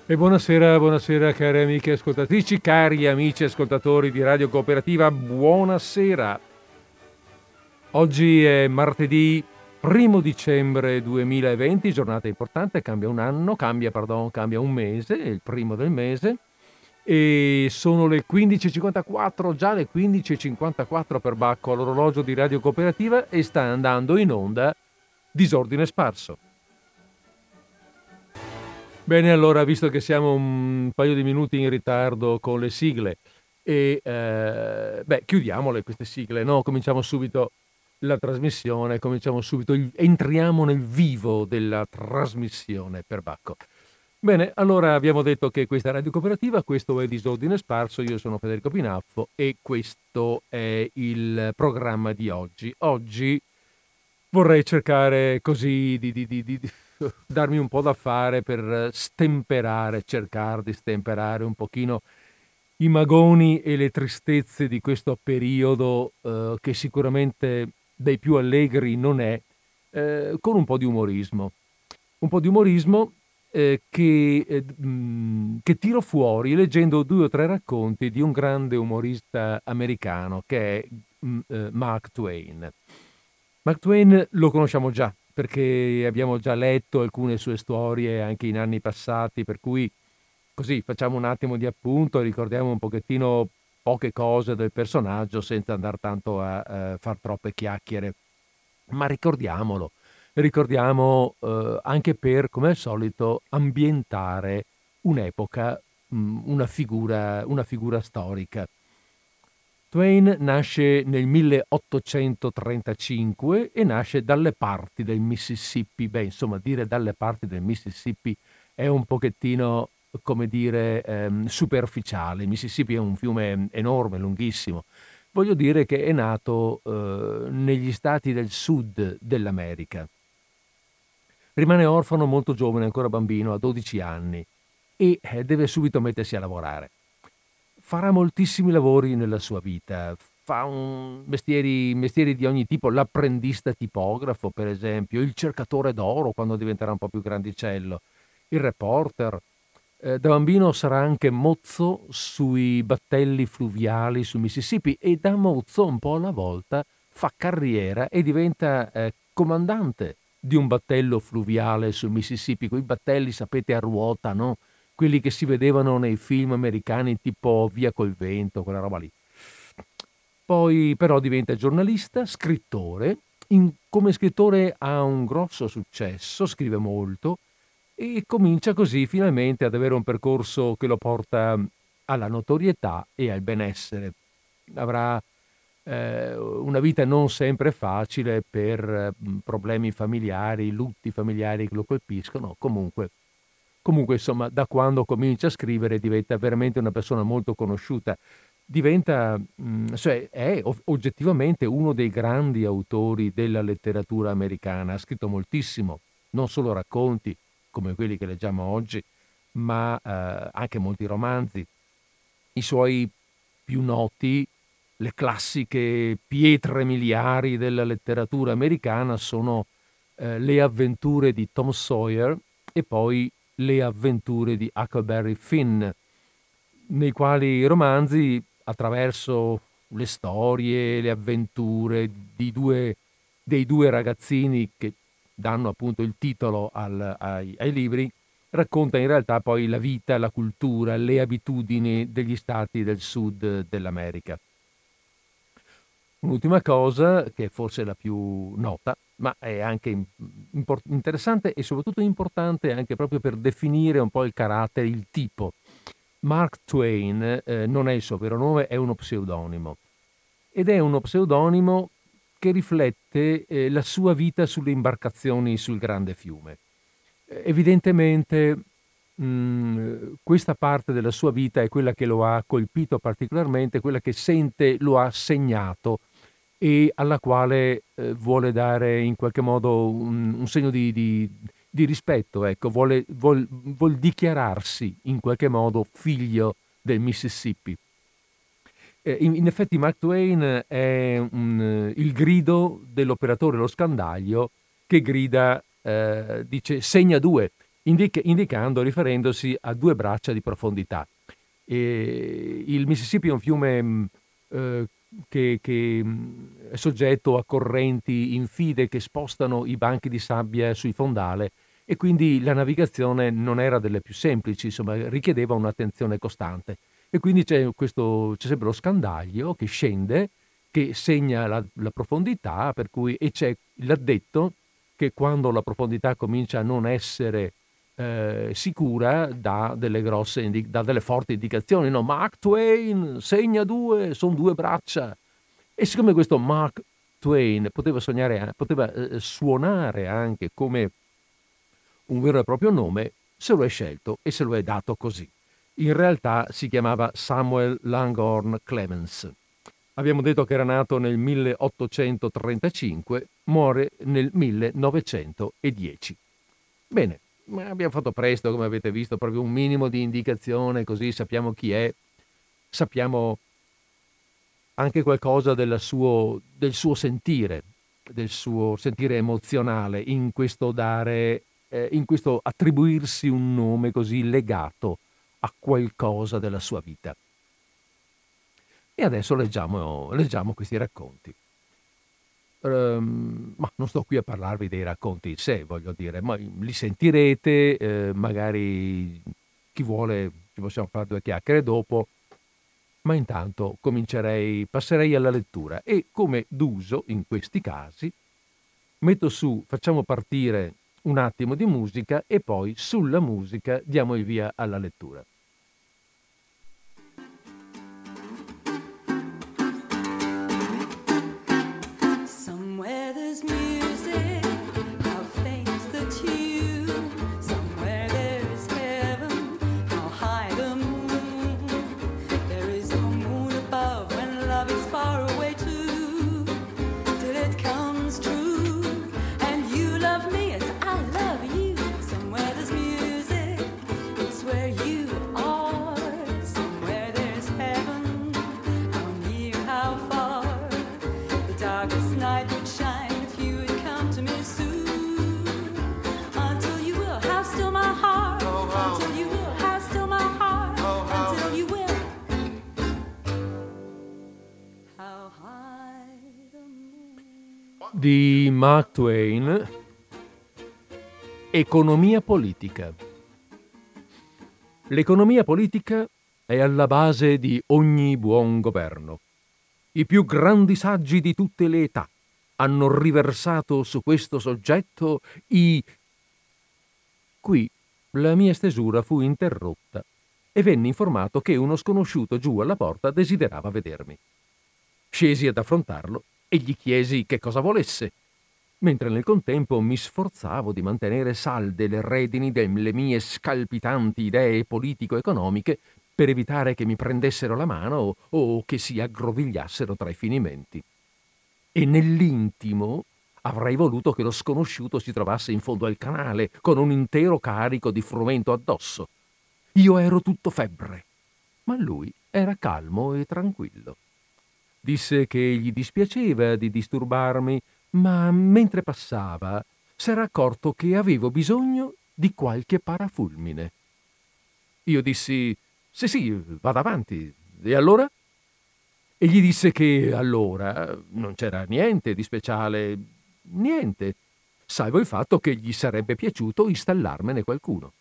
E buonasera cari amiche ascoltatrici, cari amici ascoltatori di Radio Cooperativa, buonasera. Oggi è martedì 1° dicembre 2020, giornata importante, cambia un mese, è il primo del mese, e sono le 15.54, già le 15.54 per Bacco all'orologio di Radio Cooperativa e sta andando in onda Disordine Sparso. Bene, allora, visto che siamo un paio di minuti in ritardo con le sigle, chiudiamole queste sigle, no? Cominciamo subito la trasmissione, entriamo nel vivo della trasmissione per Bacco. Bene, allora abbiamo detto che questa è Radio Cooperativa, questo è Disordine Sparso, io sono Federico Pinaffo e questo è il programma di oggi. Oggi vorrei cercare così di darmi un po' da fare per cercare di stemperare un pochino i magoni e le tristezze di questo periodo che sicuramente dei più allegri non è, con un po' di umorismo. Un po' di umorismo che tiro fuori leggendo 2 o 3 racconti di un grande umorista americano che è Mark Twain. Mark Twain lo conosciamo già perché abbiamo già letto alcune sue storie anche in anni passati, per cui così facciamo un attimo di appunto, ricordiamo un pochettino poche cose del personaggio senza andare tanto a far troppe chiacchiere, ma ricordiamo anche per, come al solito, ambientare un'epoca, una figura storica. Twain nasce nel 1835 e nasce dalle parti del Mississippi. Beh, insomma, dire dalle parti del Mississippi è un pochettino, come dire, superficiale. Il Mississippi è un fiume enorme, lunghissimo. Voglio dire che è nato negli stati del sud dell'America. Rimane orfano molto giovane, ancora bambino, a 12 anni, e deve subito mettersi a lavorare. Farà moltissimi lavori nella sua vita, fa mestieri di ogni tipo, l'apprendista tipografo, per esempio, il cercatore d'oro quando diventerà un po' più grandicello, il reporter. Da bambino sarà anche mozzo sui battelli fluviali sul Mississippi e da mozzo un po' alla volta fa carriera e diventa comandante di un battello fluviale sul Mississippi. Quei battelli, sapete, a ruota, no? Quelli che si vedevano nei film americani tipo Via col vento, quella roba lì. Poi però diventa giornalista, scrittore. Come scrittore ha un grosso successo, scrive molto e comincia così finalmente ad avere un percorso che lo porta alla notorietà e al benessere. Avrà una vita non sempre facile per problemi familiari, lutti familiari che lo colpiscono. Comunque, insomma, da quando comincia a scrivere diventa veramente una persona molto conosciuta. È oggettivamente uno dei grandi autori della letteratura americana. Ha scritto moltissimo, non solo racconti come quelli che leggiamo oggi, ma anche molti romanzi. I suoi più noti, le classiche pietre miliari della letteratura americana sono Le avventure di Tom Sawyer e poi Le avventure di Huckleberry Finn, nei quali romanzi, attraverso le storie, le avventure dei due ragazzini che danno appunto il titolo ai libri, racconta in realtà poi la vita, la cultura, le abitudini degli stati del sud dell'America. Un'ultima cosa, che è forse la più nota, ma è anche interessante e soprattutto importante anche proprio per definire un po' il carattere, il tipo. Mark Twain non è il suo vero nome, è uno pseudonimo. Ed è uno pseudonimo che riflette la sua vita sulle imbarcazioni sul grande fiume. Evidentemente questa parte della sua vita è quella che lo ha colpito particolarmente, quella che sente lo ha segnato e alla quale vuole dare in qualche modo un segno di rispetto, ecco, vuol dichiararsi in qualche modo figlio del Mississippi. In effetti Mark Twain è il grido dell'operatore, lo scandaglio, che grida, dice segna 2, riferendosi a 2 braccia di profondità. Il Mississippi è un fiume che è soggetto a correnti infide che spostano i banchi di sabbia sui fondale e quindi la navigazione non era delle più semplici, insomma, richiedeva un'attenzione costante. E quindi c'è sempre lo scandaglio che scende, che segna la profondità, per cui e c'è l'addetto che quando la profondità comincia a non essere sicura dà delle forti indicazioni, no? Mark Twain segna 2, sono 2 braccia. E siccome questo Mark Twain poteva suonare anche come un vero e proprio nome, se lo è scelto e se lo è dato così. In realtà si chiamava Samuel Langhorne Clemens. Abbiamo detto che era nato nel 1835, muore nel 1910. Bene, ma abbiamo fatto presto, come avete visto, proprio un minimo di indicazione, così sappiamo chi è, sappiamo anche qualcosa del suo sentire, del suo sentire emozionale in questo in questo attribuirsi un nome così legato a qualcosa della sua vita. E adesso leggiamo questi racconti. Ma non sto qui a parlarvi dei racconti in sé, voglio dire, ma li sentirete, magari chi vuole ci possiamo fare 2 chiacchiere dopo, ma intanto passerei alla lettura e come d'uso in questi casi facciamo partire un attimo di musica e poi sulla musica diamo il via alla lettura. Di Mark Twain, Economia politica. L'economia politica è alla base di ogni buon governo. I più grandi saggi di tutte le età hanno riversato su questo soggetto Qui la mia stesura fu interrotta e venni informato che uno sconosciuto giù alla porta desiderava vedermi. Scesi ad affrontarlo e gli chiesi che cosa volesse, mentre nel contempo mi sforzavo di mantenere salde le redini delle mie scalpitanti idee politico-economiche per evitare che mi prendessero la mano o che si aggrovigliassero tra i finimenti. E nell'intimo avrei voluto che lo sconosciuto si trovasse in fondo al canale con un intero carico di frumento addosso. Io ero tutto febbre, ma lui era calmo e tranquillo. Disse che gli dispiaceva di disturbarmi, ma mentre passava s'era accorto che avevo bisogno di qualche parafulmine. Io dissi: sì, vada avanti. E allora? E gli disse che allora non c'era niente di speciale, niente, salvo il fatto che gli sarebbe piaciuto installarmene qualcuno.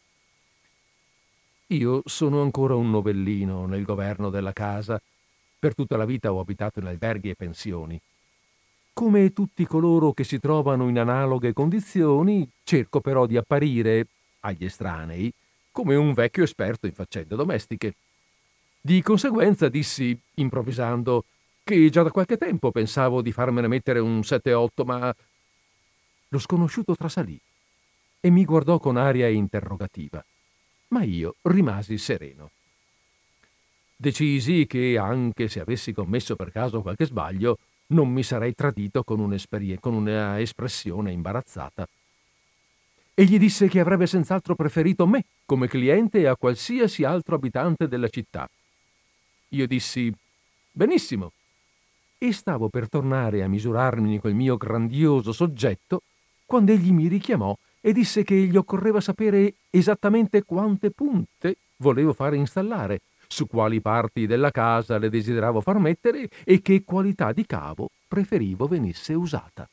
Io sono ancora un novellino nel governo della casa. Per tutta la vita ho abitato in alberghi e pensioni. Come tutti coloro che si trovano in analoghe condizioni, cerco però di apparire, agli estranei, come un vecchio esperto in faccende domestiche. Di conseguenza dissi, improvvisando, che già da qualche tempo pensavo di farmene mettere un 7-8, ma lo sconosciuto trasalì e mi guardò con aria interrogativa, ma io rimasi sereno. Decisi che, anche se avessi commesso per caso qualche sbaglio, non mi sarei tradito con una espressione imbarazzata. E gli disse che avrebbe senz'altro preferito me come cliente a qualsiasi altro abitante della città. Io dissi: benissimo, e stavo per tornare a misurarmi col mio grandioso soggetto quando egli mi richiamò e disse che gli occorreva sapere esattamente quante punte volevo fare installare, su quali parti della casa le desideravo far mettere e che qualità di cavo preferivo venisse usata.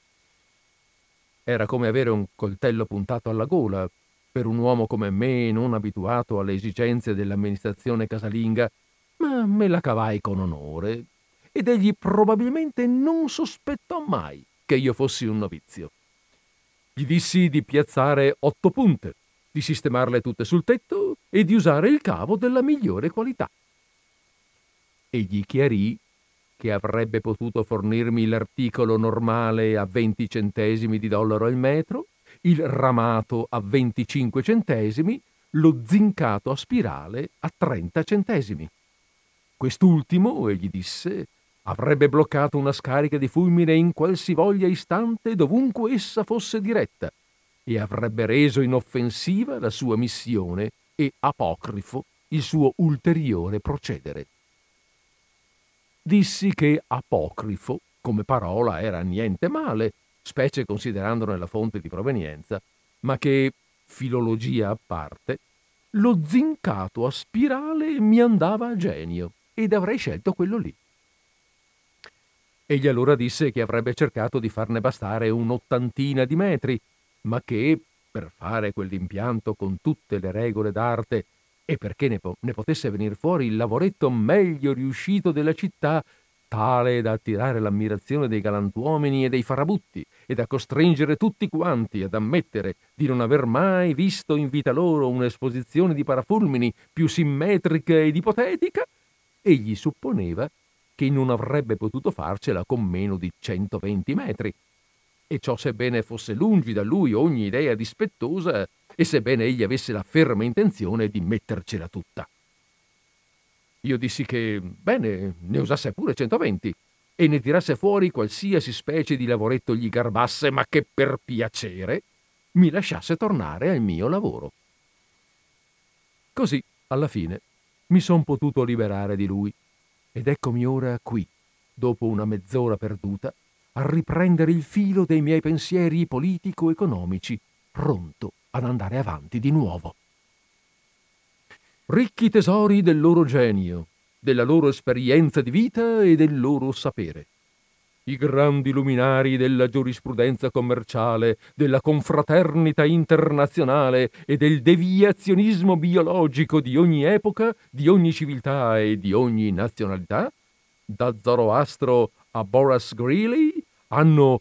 Era come avere un coltello puntato alla gola per un uomo come me, non abituato alle esigenze dell'amministrazione casalinga, ma me la cavai con onore ed egli probabilmente non sospettò mai che io fossi un novizio. Gli dissi di piazzare 8 punte, di sistemarle tutte sul tetto e di usare il cavo della migliore qualità. Egli chiarì che avrebbe potuto fornirmi l'articolo normale a 20 centesimi di dollaro al metro, il ramato a 25 centesimi, lo zincato a spirale a 30 centesimi. Quest'ultimo, egli disse, avrebbe bloccato una scarica di fulmine in qualsivoglia istante dovunque essa fosse diretta e avrebbe reso inoffensiva la sua missione e apocrifo il suo ulteriore procedere. Dissi che apocrifo come parola era niente male, specie considerandone la fonte di provenienza, ma che, filologia a parte, lo zincato a spirale mi andava a genio ed avrei scelto quello lì. Egli allora disse che avrebbe cercato di farne bastare un'ottantina di metri, ma che, per fare quell'impianto con tutte le regole d'arte e perché ne potesse venir fuori il lavoretto meglio riuscito della città, tale da attirare l'ammirazione dei galantuomini e dei farabutti e da costringere tutti quanti ad ammettere di non aver mai visto in vita loro un'esposizione di parafulmini più simmetrica ed ipotetica, egli supponeva che non avrebbe potuto farcela con meno di 120 metri. E ciò sebbene fosse lungi da lui ogni idea dispettosa e sebbene egli avesse la ferma intenzione di mettercela tutta. Io dissi che, bene, ne usasse pure 120 e ne tirasse fuori qualsiasi specie di lavoretto gli garbasse, ma che per piacere mi lasciasse tornare al mio lavoro. Così, alla fine, mi son potuto liberare di lui ed eccomi ora qui, dopo una mezz'ora perduta, a riprendere il filo dei miei pensieri politico-economici, pronto ad andare avanti di nuovo. Ricchi tesori del loro genio, della loro esperienza di vita e del loro sapere. I grandi luminari della giurisprudenza commerciale, della confraternita internazionale e del deviazionismo biologico di ogni epoca, di ogni civiltà e di ogni nazionalità, da Zoroastro a Boris Greeley, hanno...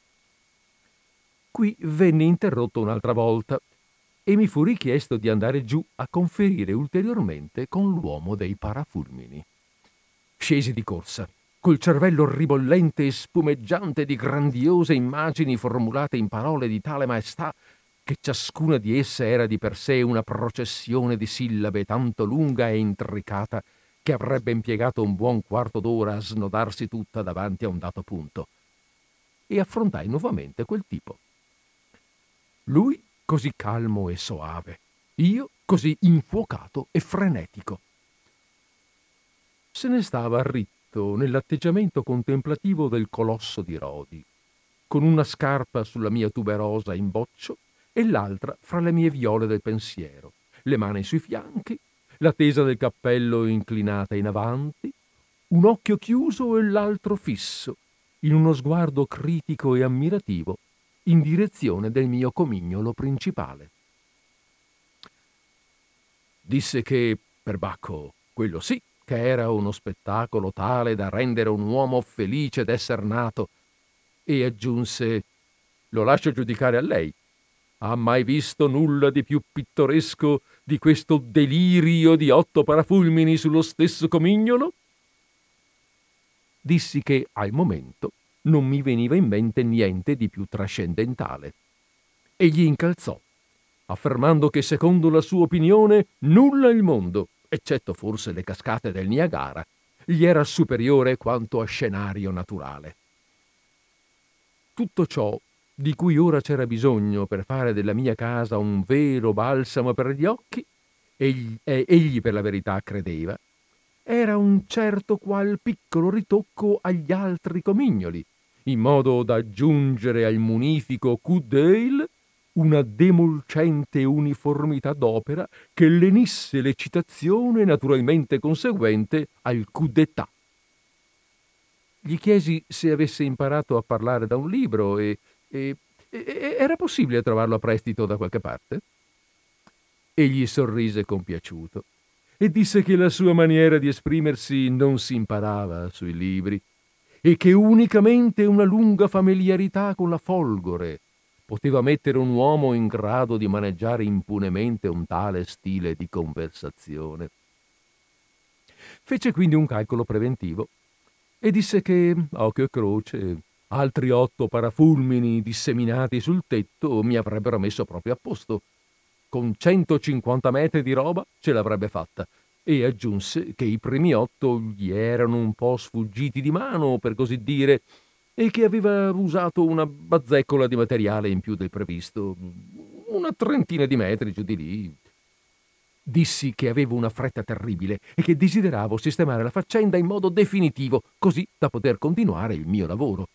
Qui venne interrotto un'altra volta e mi fu richiesto di andare giù a conferire ulteriormente con l'uomo dei parafulmini. Scesi di corsa, col cervello ribollente e spumeggiante di grandiose immagini formulate in parole di tale maestà che ciascuna di esse era di per sé una processione di sillabe tanto lunga e intricata che avrebbe impiegato un buon quarto d'ora a snodarsi tutta davanti a un dato punto. E affrontai nuovamente quel tipo. Lui così calmo e soave, io così infuocato e frenetico. Se ne stava ritto nell'atteggiamento contemplativo del colosso di Rodi, con una scarpa sulla mia tuberosa in boccio e l'altra fra le mie viole del pensiero, le mani sui fianchi, la tesa del cappello inclinata in avanti, un occhio chiuso e l'altro fisso, in uno sguardo critico e ammirativo in direzione del mio comignolo principale. Disse che, perbacco, quello sì che era uno spettacolo tale da rendere un uomo felice d'esser nato, e aggiunse: lo lascio giudicare a lei. Ha mai visto nulla di più pittoresco di questo delirio di 8 parafulmini sullo stesso comignolo? Dissi che al momento non mi veniva in mente niente di più trascendentale. Egli incalzò, affermando che secondo la sua opinione nulla al mondo, eccetto forse le cascate del Niagara, gli era superiore quanto a scenario naturale. Tutto ciò di cui ora c'era bisogno per fare della mia casa un vero balsamo per gli occhi, egli per la verità credeva, era un certo qual piccolo ritocco agli altri comignoli, in modo da aggiungere al munifico coup d'œil una demolcente uniformità d'opera che lenisse l'eccitazione naturalmente conseguente al coup d'état. Gli chiesi se avesse imparato a parlare da un libro e era possibile trovarlo a prestito da qualche parte? Egli sorrise compiaciuto e disse che la sua maniera di esprimersi non si imparava sui libri e che unicamente una lunga familiarità con la folgore poteva mettere un uomo in grado di maneggiare impunemente un tale stile di conversazione. Fece quindi un calcolo preventivo e disse che, a occhio e croce, altri 8 parafulmini disseminati sul tetto mi avrebbero messo proprio a posto. Con 150 metri di roba ce l'avrebbe fatta, e aggiunse che i primi 8 gli erano un po' sfuggiti di mano, per così dire, e che aveva usato una bazzeccola di materiale in più del previsto, una trentina di metri giù di lì. Dissi che avevo una fretta terribile e che desideravo sistemare la faccenda in modo definitivo, così da poter continuare il mio lavoro.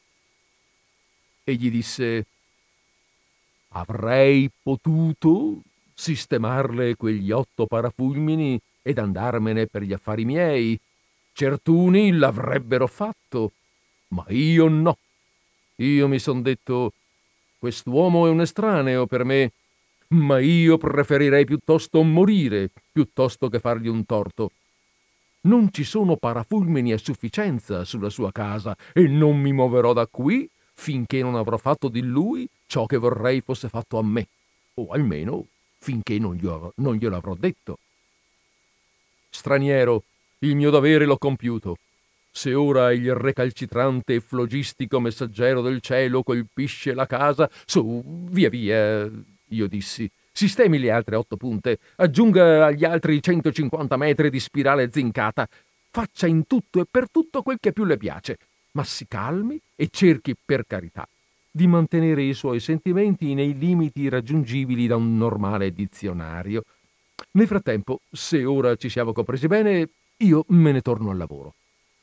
Egli disse: avrei potuto sistemarle quegli 8 parafulmini ed andarmene per gli affari miei. Certuni l'avrebbero fatto, ma io no. Io mi son detto: quest'uomo è un estraneo per me, ma io preferirei piuttosto morire piuttosto che fargli un torto. Non ci sono parafulmini a sufficienza sulla sua casa e non mi muoverò da qui finché non avrò fatto di lui ciò che vorrei fosse fatto a me, o almeno finché non glielo avrò detto. Straniero, il mio dovere l'ho compiuto. Se ora il recalcitrante e flogistico messaggero del cielo colpisce la casa, su, via via, io dissi, sistemi le altre 8 punte, aggiunga agli altri 150 metri di spirale zincata, faccia in tutto e per tutto quel che più le piace, ma si calmi e cerchi, per carità, di mantenere i suoi sentimenti nei limiti raggiungibili da un normale dizionario. Nel frattempo, se ora ci siamo compresi bene, io me ne torno al lavoro.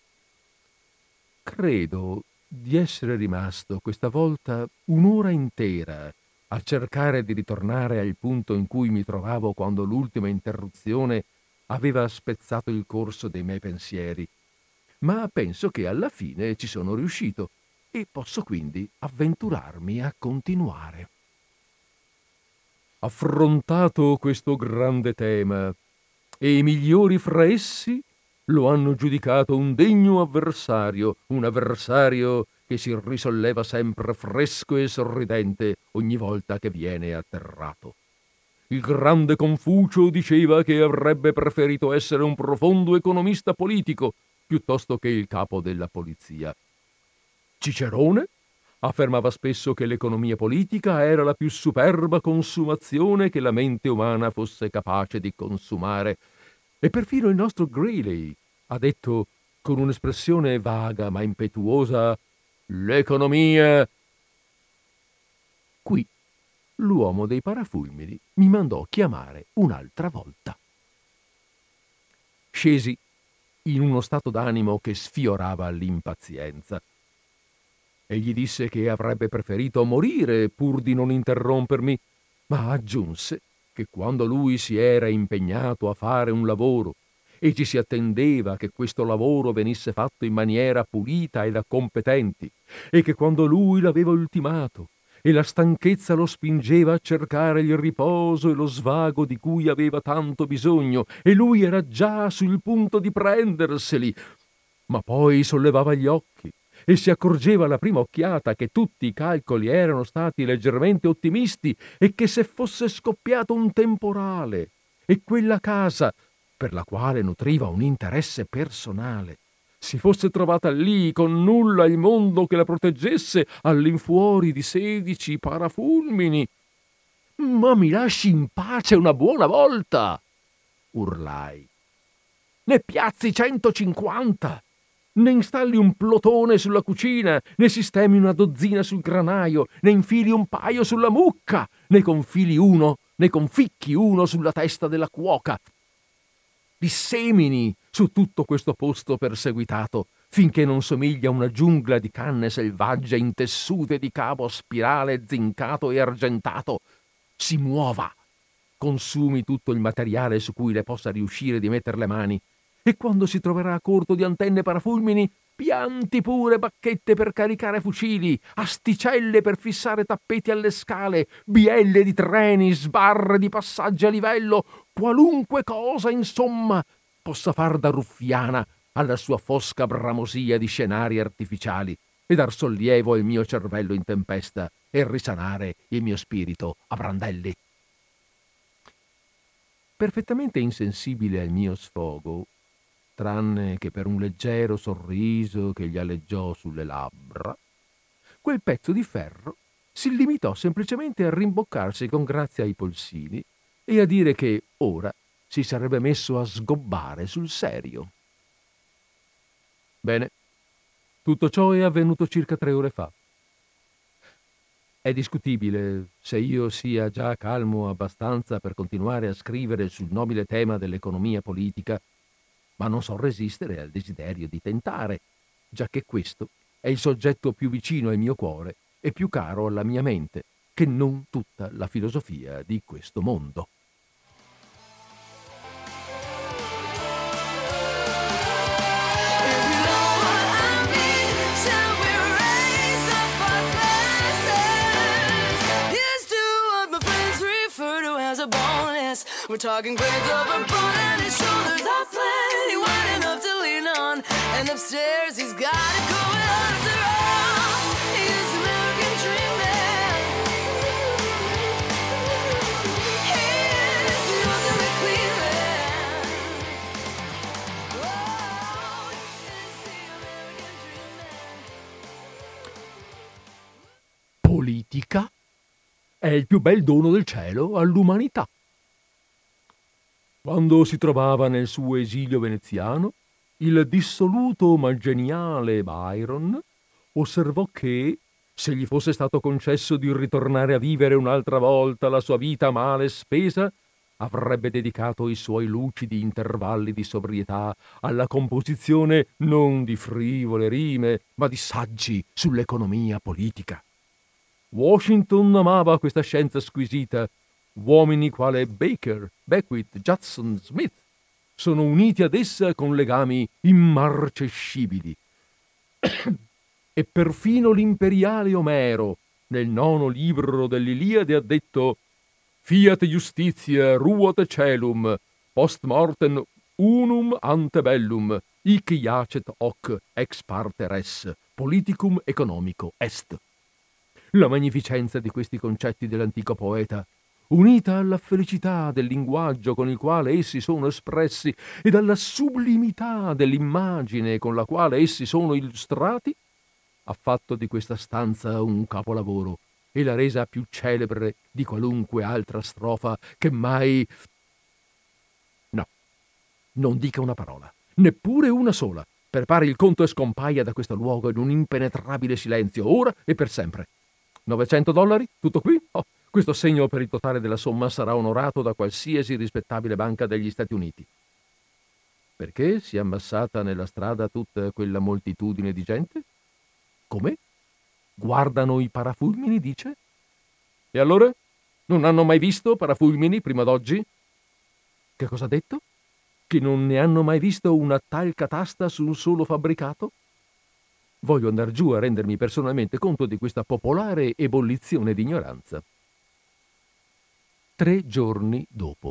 Credo di essere rimasto questa volta un'ora intera a cercare di ritornare al punto in cui mi trovavo quando l'ultima interruzione aveva spezzato il corso dei miei pensieri, ma penso che alla fine ci sono riuscito e posso quindi avventurarmi a continuare. Affrontato questo grande tema, e i migliori fra essi lo hanno giudicato un degno avversario, un avversario che si risolleva sempre fresco e sorridente ogni volta che viene atterrato. Il grande Confucio diceva che avrebbe preferito essere un profondo economista politico piuttosto che il capo della polizia. Cicerone affermava spesso che l'economia politica era la più superba consumazione che la mente umana fosse capace di consumare, e perfino il nostro Greeley ha detto con un'espressione vaga ma impetuosa: l'economia. Qui l'uomo dei parafulmini mi mandò chiamare un'altra volta. Scesi in uno stato d'animo che sfiorava l'impazienza. Egli disse che avrebbe preferito morire pur di non interrompermi, ma aggiunse che quando lui si era impegnato a fare un lavoro e ci si attendeva che questo lavoro venisse fatto in maniera pulita e da competenti, e che quando lui l'aveva ultimato e la stanchezza lo spingeva a cercare il riposo e lo svago di cui aveva tanto bisogno, e lui era già sul punto di prenderseli, ma poi sollevava gli occhi e si accorgeva alla prima occhiata che tutti i calcoli erano stati leggermente ottimisti e che se fosse scoppiato un temporale e quella casa, per la quale nutriva un interesse personale, si fosse trovata lì con nulla al mondo che la proteggesse all'infuori di 16 parafulmini. «Ma mi lasci in pace una buona volta!» urlai. «Ne piazzi 150! Ne installi un plotone sulla cucina, ne sistemi una dozzina sul granaio, ne infili un paio sulla mucca, ne conficchi uno sulla testa della cuoca. Dissemini su tutto questo posto perseguitato, finché non somiglia a una giungla di canne selvagge intessute di cavo a spirale zincato e argentato, si muova, consumi tutto il materiale su cui le possa riuscire di metter le mani, e quando si troverà a corto di antenne parafulmini, pianti pure bacchette per caricare fucili, asticelle per fissare tappeti alle scale, bielle di treni, sbarre di passaggi a livello, qualunque cosa, insomma, possa far da ruffiana alla sua fosca bramosia di scenari artificiali e dar sollievo al mio cervello in tempesta e risanare il mio spirito a brandelli. Perfettamente insensibile al mio sfogo, tranne che per un leggero sorriso che gli aleggiò sulle labbra, quel pezzo di ferro si limitò semplicemente a rimboccarsi con grazia i polsini e a dire che ora si sarebbe messo a sgobbare sul serio. Bene, tutto ciò è avvenuto circa 3 ore fa. È discutibile se io sia già calmo abbastanza per continuare a scrivere sul nobile tema dell'economia politica, ma non so resistere al desiderio di tentare, giacché questo è il soggetto più vicino al mio cuore e più caro alla mia mente, che non tutta la filosofia di questo mondo. We're talking grades over bone and his shoulders are plenty wide enough to lean on. And upstairs he's got it going on after all. He's the American dream man. He's the ultimate Cleveland. Oh, he's the American dream man. Politica è il più bel dono del cielo all'umanità. Quando si trovava nel suo esilio veneziano, il dissoluto ma geniale Byron osservò che, se gli fosse stato concesso di ritornare a vivere un'altra volta la sua vita male spesa, avrebbe dedicato i suoi lucidi intervalli di sobrietà alla composizione non di frivole rime, ma di saggi sull'economia politica. Washington amava questa scienza squisita. Uomini quale Baker, Beckwith, Judson, Smith sono uniti ad essa con legami immarcescibili. E perfino l'imperiale Omero, nel 9° libro dell'Iliade, ha detto «Fiat justitia ruot celum, post mortem unum ante bellum, hic iacet hoc ex parte res, politicum economico est». La magnificenza di questi concetti dell'antico poeta, unita alla felicità del linguaggio con il quale essi sono espressi ed alla sublimità dell'immagine con la quale essi sono illustrati, ha fatto di questa stanza un capolavoro e l'ha resa più celebre di qualunque altra strofa che mai... No, non dica una parola, neppure una sola. Prepari il conto e scompaia da questo luogo in un impenetrabile silenzio, ora e per sempre. $900? Tutto qui? Oh, questo segno per il totale della somma sarà onorato da qualsiasi rispettabile banca degli Stati Uniti. Perché si è ammassata nella strada tutta quella moltitudine di gente? Come? Guardano i parafulmini, dice? E allora? Non hanno mai visto parafulmini prima d'oggi? Che cosa ha detto? Che non ne hanno mai visto una tal catasta su un solo fabbricato? Voglio andar giù a rendermi personalmente conto di questa popolare ebollizione di ignoranza. 3 giorni dopo.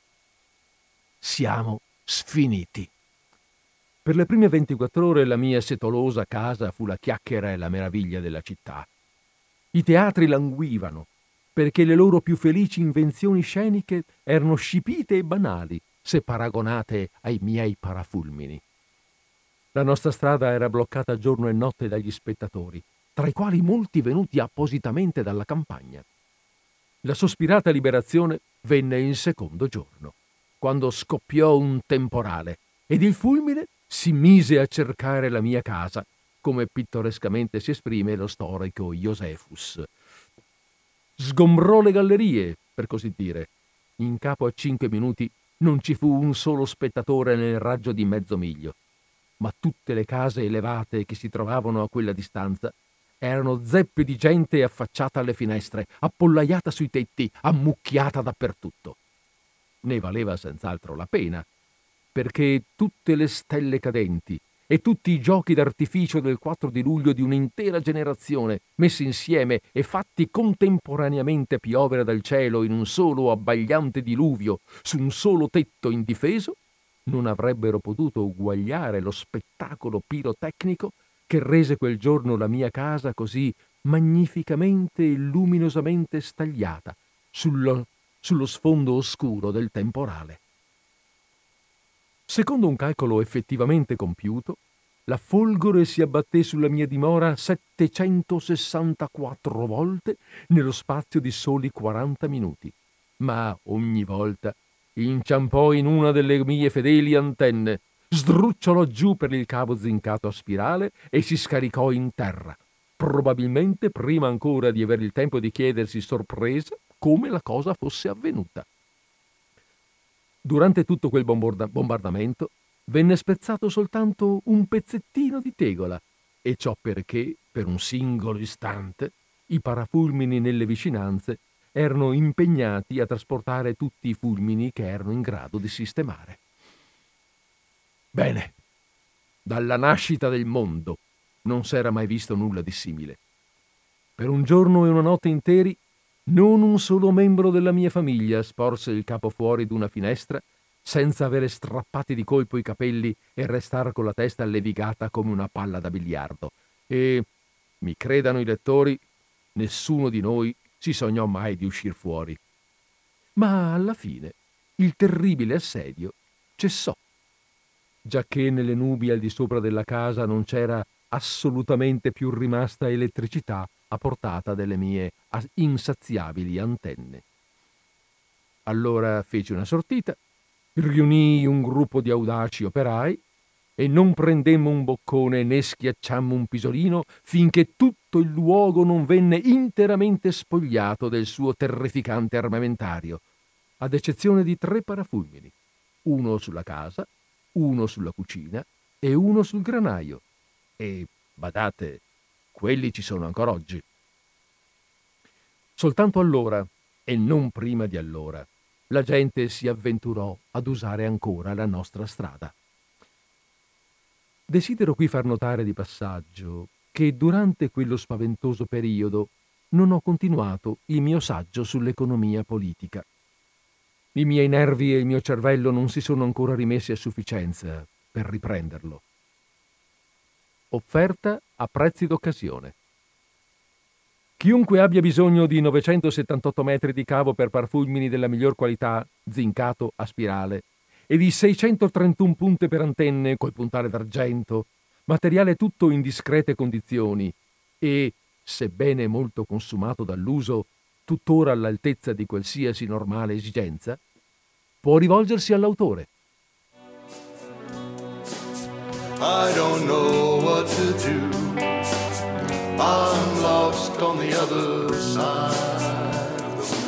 Siamo sfiniti. Per le prime 24 ore la mia setolosa casa fu la chiacchiera e la meraviglia della città. I teatri languivano, perché le loro più felici invenzioni sceniche erano scipite e banali se paragonate ai miei parafulmini. La nostra strada era bloccata giorno e notte dagli spettatori, tra i quali molti venuti appositamente dalla campagna. La sospirata liberazione venne il secondo giorno, quando scoppiò un temporale ed il fulmine si mise a cercare la mia casa, come pittorescamente si esprime lo storico Josephus. Sgombrò le gallerie, per così dire. In capo a 5 minuti non ci fu un solo spettatore nel raggio di mezzo miglio. ma tutte le case elevate che si trovavano a quella distanza erano zeppe di gente affacciata alle finestre, appollaiata sui tetti, ammucchiata dappertutto. Ne valeva senz'altro la pena, perché tutte le stelle cadenti e tutti i giochi d'artificio del 4 di luglio di un'intera generazione, messi insieme e fatti contemporaneamente piovere dal cielo in un solo abbagliante diluvio su un solo tetto indifeso, non avrebbero potuto uguagliare lo spettacolo pirotecnico che rese quel giorno la mia casa così magnificamente e luminosamente stagliata sullo sfondo oscuro del temporale. Secondo un calcolo effettivamente compiuto, la folgore si abbatté sulla mia dimora 764 volte nello spazio di soli 40 minuti, ma ogni volta inciampò in una delle mie fedeli antenne, sdrucciolò giù per il cavo zincato a spirale e si scaricò in terra, probabilmente prima ancora di avere il tempo di chiedersi sorpresa come la cosa fosse avvenuta. Durante tutto quel bombardamento venne spezzato soltanto un pezzettino di tegola, e ciò perché, per un singolo istante, i parafulmini nelle vicinanze erano impegnati a trasportare tutti i fulmini che erano in grado di sistemare. Bene, dalla nascita del mondo non s'era mai visto nulla di simile. Per un giorno e una notte interi non un solo membro della mia famiglia sporse il capo fuori d'una finestra senza avere strappati di colpo i capelli e restar con la testa levigata come una palla da biliardo. E, mi credano i lettori, nessuno di noi si sognò mai di uscir fuori. Ma alla fine il terribile assedio cessò, giacché nelle nubi al di sopra della casa non c'era assolutamente più rimasta elettricità a portata delle mie insaziabili antenne. Allora feci una sortita, riunii un gruppo di audaci operai e non prendemmo un boccone né schiacciammo un pisolino finché tutto il luogo non venne interamente spogliato del suo terrificante armamentario, ad eccezione di 3 parafulmini, uno sulla casa, uno sulla cucina e uno sul granaio. E, badate, quelli ci sono ancora oggi. Soltanto allora, e non prima di allora, la gente si avventurò ad usare ancora la nostra strada. Desidero qui far notare di passaggio che durante quello spaventoso periodo non ho continuato il mio saggio sull'economia politica. I miei nervi e il mio cervello non si sono ancora rimessi a sufficienza per riprenderlo. Offerta a prezzi d'occasione. Chiunque abbia bisogno di 978 metri di cavo per parfulmini della miglior qualità, zincato a spirale, e di 631 punte per antenne col puntale d'argento, materiale tutto in discrete condizioni e, sebbene molto consumato dall'uso, tuttora all'altezza di qualsiasi normale esigenza, può rivolgersi all'autore. I don't know what to do. I'm lost on the other side of the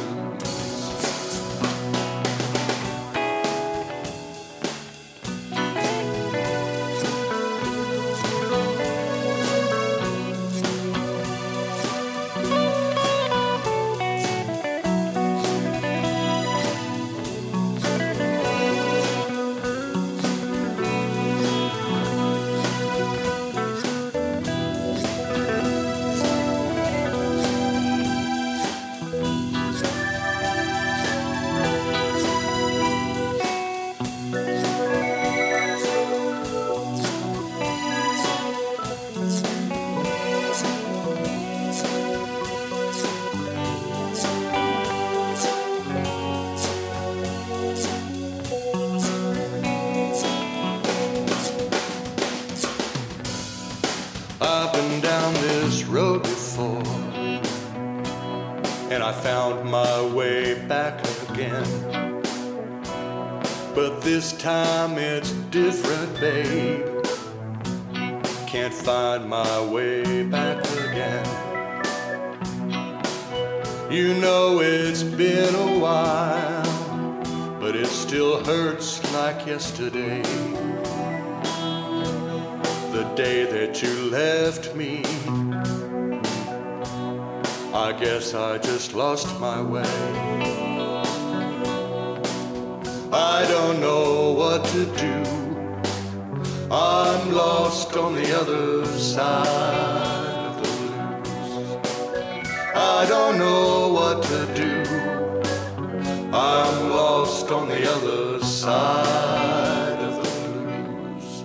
I've been down this road before, and I found my way back again. But this time it's different, babe. Can't find my way back again. You know it's been a while, but it still hurts like yesterday. the day that you left me. I guess I just lost my way. I don't know what to do. I'm lost on the other side of the blues. I don't know what to do. I'm lost on the other side of the blues.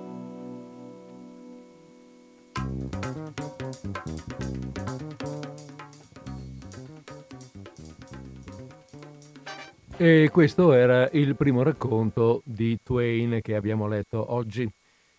E questo era il primo racconto di Twain che abbiamo letto oggi.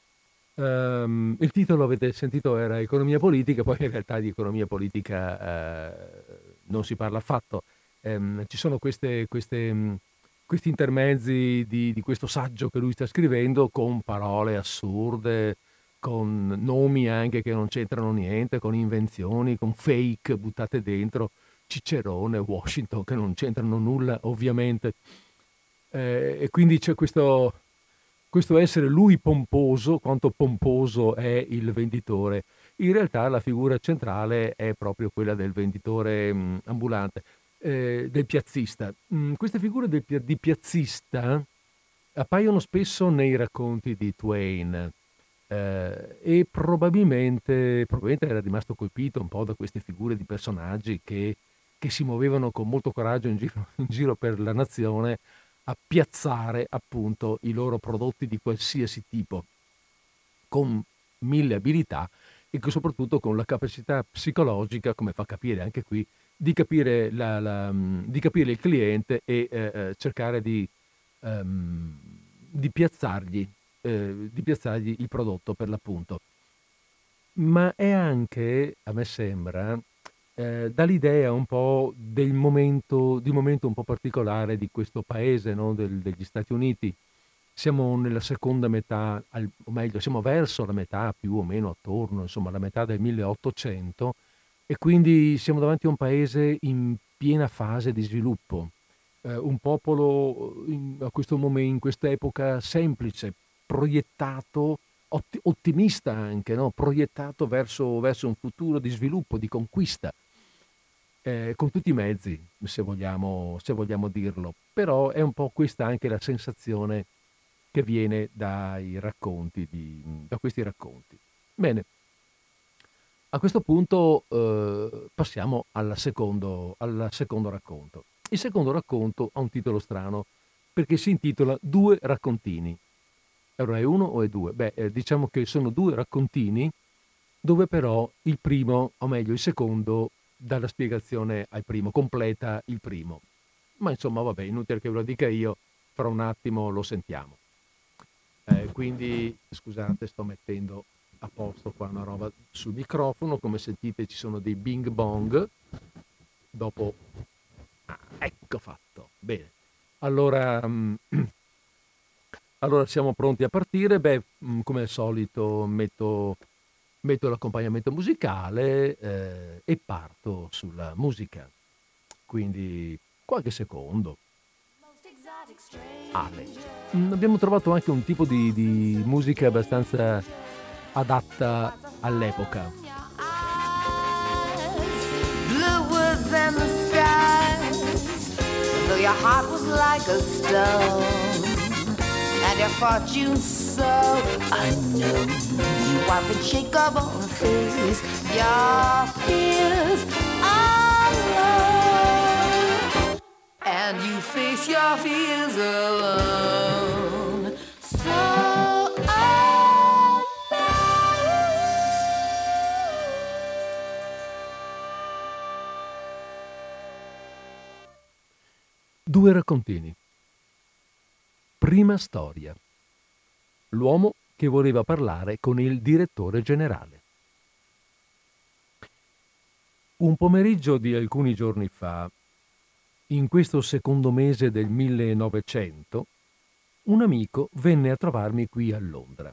Il titolo, avete sentito, era Economia politica, poi in realtà di economia politica non si parla affatto. Ci sono questi intermezzi di questo saggio che lui sta scrivendo con parole assurde, con nomi anche che non c'entrano niente, con invenzioni, con fake buttate dentro. Cicerone, Washington, che non c'entrano nulla ovviamente, e quindi c'è questo essere lui pomposo, quanto pomposo è il venditore. In realtà la figura centrale è proprio quella del venditore ambulante, del piazzista. Queste figure di piazzista appaiono spesso nei racconti di Twain, e probabilmente era rimasto colpito un po' da queste figure di personaggi che si muovevano con molto coraggio in giro per la nazione a piazzare appunto i loro prodotti di qualsiasi tipo, con mille abilità e soprattutto con la capacità psicologica, come fa capire anche qui, di capire, di capire il cliente e cercare di piazzargli il prodotto per l'appunto. Ma è anche, a me sembra, dall'idea un po' di un momento un po' particolare di questo paese, no? Degli Stati Uniti. Siamo nella seconda metà, o meglio, siamo verso la metà più o meno attorno, insomma, la metà del 1800, e quindi siamo davanti a un paese in piena fase di sviluppo. Un popolo a questo momento, in quest'epoca semplice, proiettato, ottimista anche, no? Proiettato verso un futuro di sviluppo, di conquista. Con tutti i mezzi, se vogliamo dirlo, però è un po' questa anche la sensazione che viene da questi racconti. Bene, a questo punto passiamo al secondo racconto. Il secondo racconto ha un titolo strano perché si intitola Due raccontini. Allora è uno o è due? Diciamo che sono due raccontini dove però il primo, o meglio il secondo, dà la spiegazione al primo, completa il primo. Ma insomma, vabbè, inutile che ve lo dica io, fra un attimo lo sentiamo. Quindi, scusate, sto mettendo a posto qua una roba sul microfono, come sentite ci sono dei bing bong, dopo... ecco fatto, bene. Allora siamo pronti a partire, come al solito metto l'accompagnamento musicale e parto sulla musica. Quindi qualche secondo. Abbiamo trovato anche un tipo di musica abbastanza adatta all'epoca. Bluer than the skies, though your heart was like a stone, and your fortune so unknown. You wipe unshakable face your fears alone, and you face your fears alone. So alone. Due raccontini. Prima storia. L'uomo che voleva parlare con il direttore generale. Un pomeriggio di alcuni giorni fa, in questo secondo mese del 1900, un amico venne a trovarmi qui a Londra.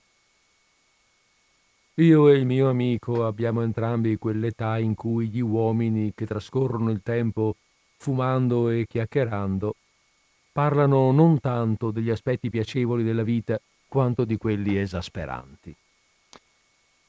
Io e il mio amico abbiamo entrambi quell'età in cui gli uomini che trascorrono il tempo fumando e chiacchierando parlano non tanto degli aspetti piacevoli della vita quanto di quelli esasperanti.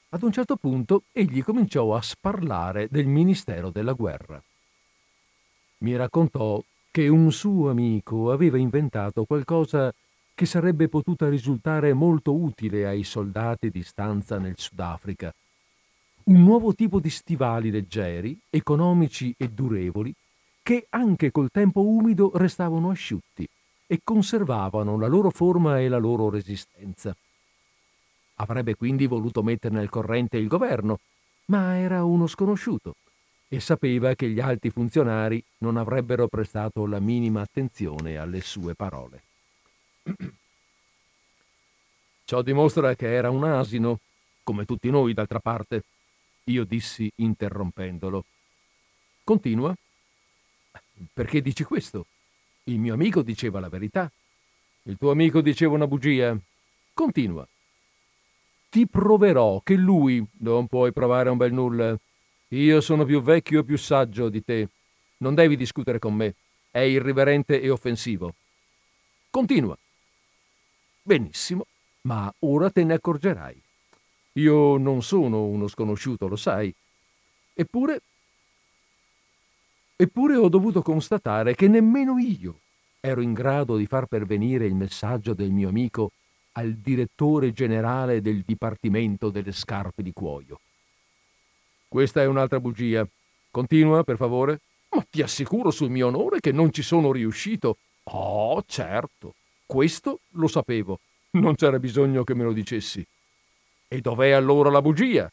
Ad un certo punto egli cominciò a sparlare del Ministero della Guerra. Mi raccontò che un suo amico aveva inventato qualcosa che sarebbe potuta risultare molto utile ai soldati di stanza nel Sudafrica. Un nuovo tipo di stivali leggeri, economici e durevoli, che anche col tempo umido restavano asciutti e conservavano la loro forma e la loro resistenza. Avrebbe quindi voluto metterne al corrente il governo, ma era uno sconosciuto e sapeva che gli alti funzionari non avrebbero prestato la minima attenzione alle sue parole. Ciò dimostra che era un asino, come tutti noi d'altra parte, io dissi interrompendolo. Continua. Perché dici questo? Il mio amico diceva la verità. Il tuo amico diceva una bugia. Continua. Ti proverò che lui... Non puoi provare un bel nulla. Io sono più vecchio e più saggio di te. Non devi discutere con me. È irriverente e offensivo. Continua. Benissimo, ma ora te ne accorgerai. Io non sono uno sconosciuto, lo sai. Eppure ho dovuto constatare che nemmeno io ero in grado di far pervenire il messaggio del mio amico al direttore generale del Dipartimento delle Scarpe di Cuoio. Questa è un'altra bugia. Continua, per favore. Ma ti assicuro sul mio onore che non ci sono riuscito. Oh, certo. Questo lo sapevo. Non c'era bisogno che me lo dicessi. E dov'è allora la bugia?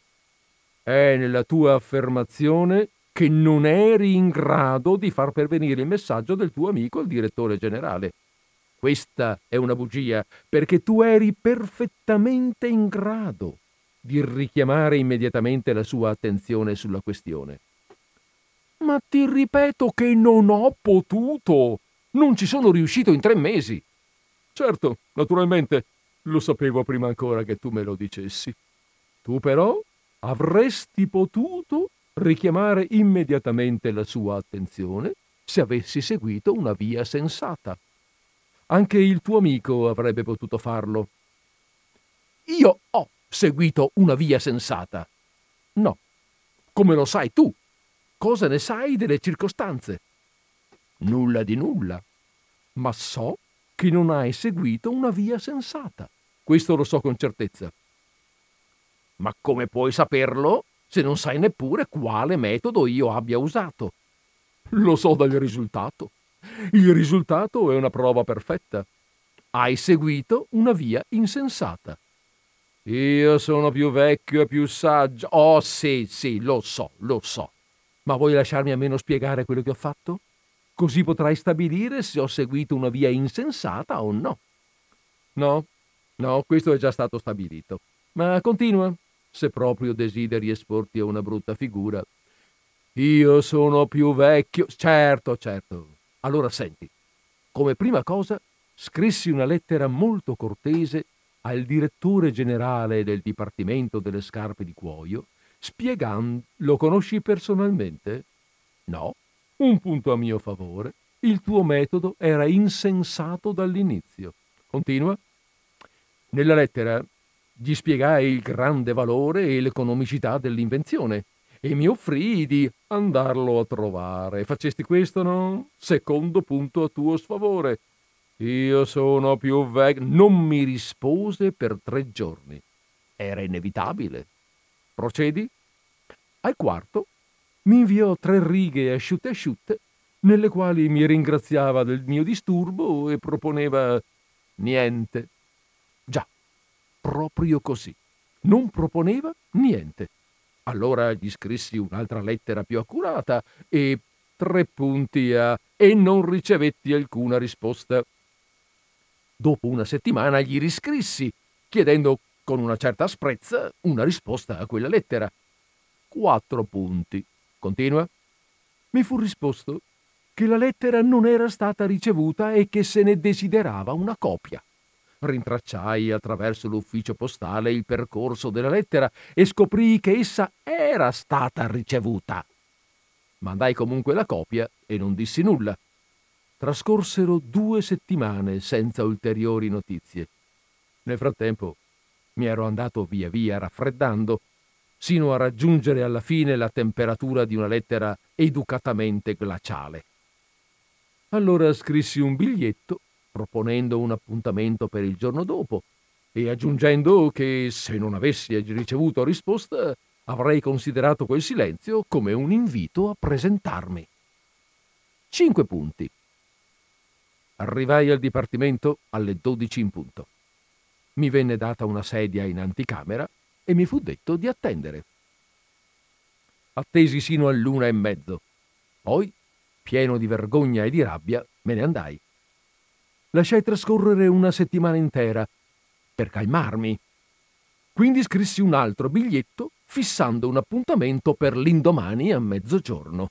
È nella tua affermazione che non eri in grado di far pervenire il messaggio del tuo amico al direttore generale. Questa è una bugia, perché tu eri perfettamente in grado di richiamare immediatamente la sua attenzione sulla questione. Ma ti ripeto che non ho potuto. Non ci sono riuscito in 3 mesi. Certo, naturalmente, lo sapevo prima ancora che tu me lo dicessi. Tu però avresti potuto richiamare immediatamente la sua attenzione se avessi seguito una via sensata. Anche il tuo amico avrebbe potuto farlo. Io ho seguito una via sensata. No. Come lo sai tu? Cosa ne sai delle circostanze? Nulla di nulla. Ma so che non hai seguito una via sensata. Questo lo so con certezza. Ma come puoi saperlo se non sai neppure quale metodo io abbia usato? Lo so dal risultato. Il risultato è una prova perfetta. Hai seguito una via insensata. Io sono più vecchio e più saggio. Oh, sì, lo so. Ma vuoi lasciarmi almeno spiegare quello che ho fatto? Così potrai stabilire se ho seguito una via insensata o no. No, questo è già stato stabilito. Ma continua, se proprio desideri esporti a una brutta figura. Io sono più vecchio... Certo. Allora senti, come prima cosa scrissi una lettera molto cortese al direttore generale del Dipartimento delle Scarpe di Cuoio, spiegando... Lo conosci personalmente? No? Un punto a mio favore. Il tuo metodo era insensato dall'inizio. Continua. Nella lettera gli spiegai il grande valore e l'economicità dell'invenzione e mi offrii di andarlo a trovare. Facesti questo, no? Secondo punto a tuo sfavore. Io sono più vecchio. Non mi rispose per 3 giorni. Era inevitabile. Procedi? Al quarto mi inviò 3 righe asciutte nelle quali mi ringraziava del mio disturbo e proponeva niente. Già, proprio così. Non proponeva niente. Allora gli scrissi un'altra lettera più accurata e 3 punti a... e non ricevetti alcuna risposta. Dopo una settimana gli riscrissi, chiedendo con una certa asprezza una risposta a quella lettera. 4 punti. Continua. Mi fu risposto che la lettera non era stata ricevuta e che se ne desiderava una copia. Rintracciai attraverso l'ufficio postale il percorso della lettera e scoprii che essa era stata ricevuta. Mandai comunque la copia e non dissi nulla. Trascorsero 2 settimane senza ulteriori notizie. Nel frattempo mi ero andato via via raffreddando, sino a raggiungere alla fine la temperatura di una lettera educatamente glaciale. Allora scrissi un biglietto, proponendo un appuntamento per il giorno dopo e aggiungendo che, se non avessi ricevuto risposta, avrei considerato quel silenzio come un invito a presentarmi. 5 punti. Arrivai al dipartimento alle 12 in punto. Mi venne data una sedia in anticamera e mi fu detto di attendere. Attesi sino all'1:30. Poi, pieno di vergogna e di rabbia, me ne andai. Lasciai trascorrere una settimana intera per calmarmi. Quindi scrissi un altro biglietto fissando un appuntamento per l'indomani a mezzogiorno.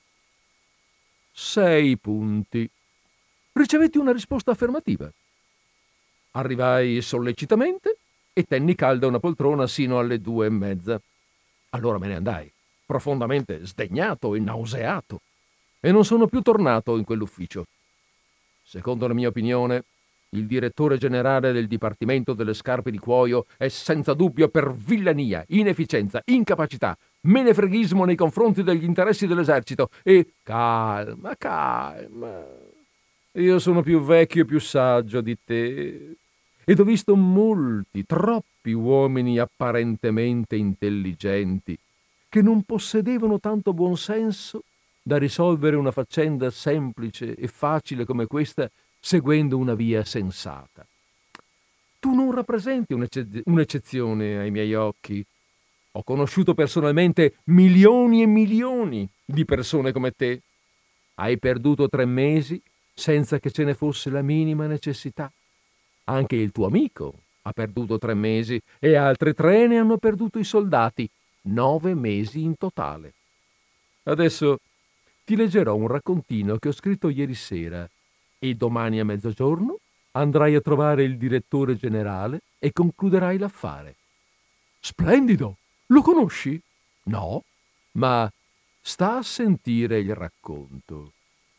6 punti. Ricevetti una risposta affermativa. Arrivai sollecitamente e tenni calda una poltrona sino alle 2:30. Allora me ne andai, profondamente sdegnato e nauseato, e non sono più tornato in quell'ufficio. Secondo la mia opinione, il direttore generale del Dipartimento delle Scarpe di Cuoio è senza dubbio per villania, inefficienza, incapacità, menefreghismo nei confronti degli interessi dell'esercito e... Calma, calma. Io sono più vecchio e più saggio di te ed ho visto molti, troppi uomini apparentemente intelligenti che non possedevano tanto buon senso da risolvere una faccenda semplice e facile come questa seguendo una via sensata. Tu non rappresenti un'eccezione ai miei occhi. Ho conosciuto personalmente milioni e milioni di persone come te. Hai perduto 3 mesi senza che ce ne fosse la minima necessità. Anche il tuo amico ha perduto 3 mesi e altre 3 ne hanno perduto i soldati. 9 mesi in totale. Adesso ti leggerò un raccontino che ho scritto ieri sera e domani a mezzogiorno andrai a trovare il direttore generale e concluderai l'affare. Splendido! Lo conosci? No, ma sta a sentire il racconto.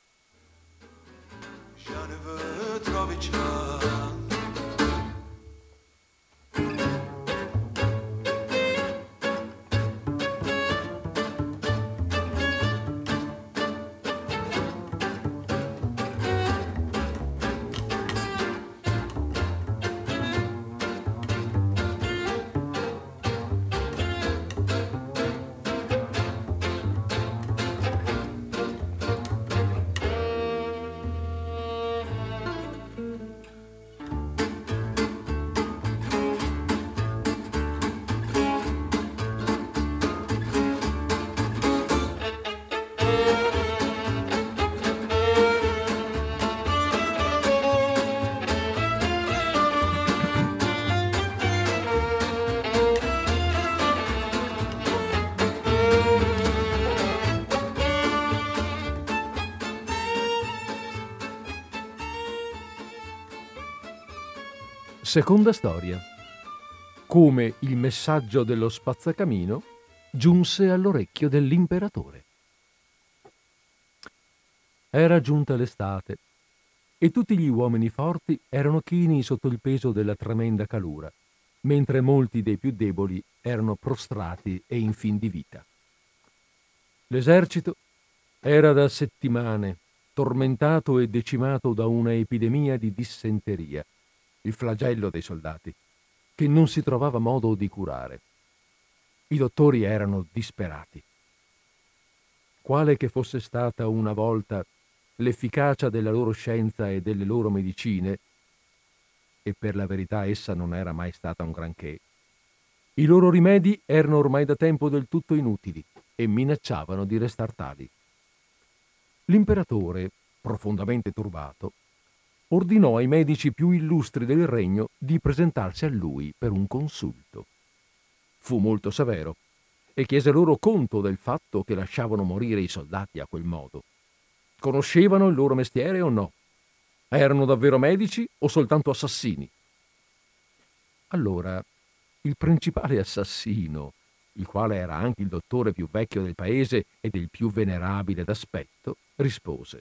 Seconda storia. Come il messaggio dello spazzacamino giunse all'orecchio dell'imperatore. Era giunta l'estate e tutti gli uomini forti erano chini sotto il peso della tremenda calura, mentre molti dei più deboli erano prostrati e in fin di vita. L'esercito era da settimane tormentato e decimato da una epidemia di dissenteria, il flagello dei soldati, che non si trovava modo di curare. I dottori erano disperati. Quale che fosse stata una volta l'efficacia della loro scienza e delle loro medicine, e per la verità essa non era mai stata un granché, i loro rimedi erano ormai da tempo del tutto inutili e minacciavano di restar tali. L'imperatore, profondamente turbato, ordinò ai medici più illustri del regno di presentarsi a lui per un consulto. Fu molto severo e chiese loro conto del fatto che lasciavano morire i soldati a quel modo. Conoscevano il loro mestiere o no? Erano davvero medici o soltanto assassini? Allora, il principale assassino, il quale era anche il dottore più vecchio del paese ed il più venerabile d'aspetto, rispose: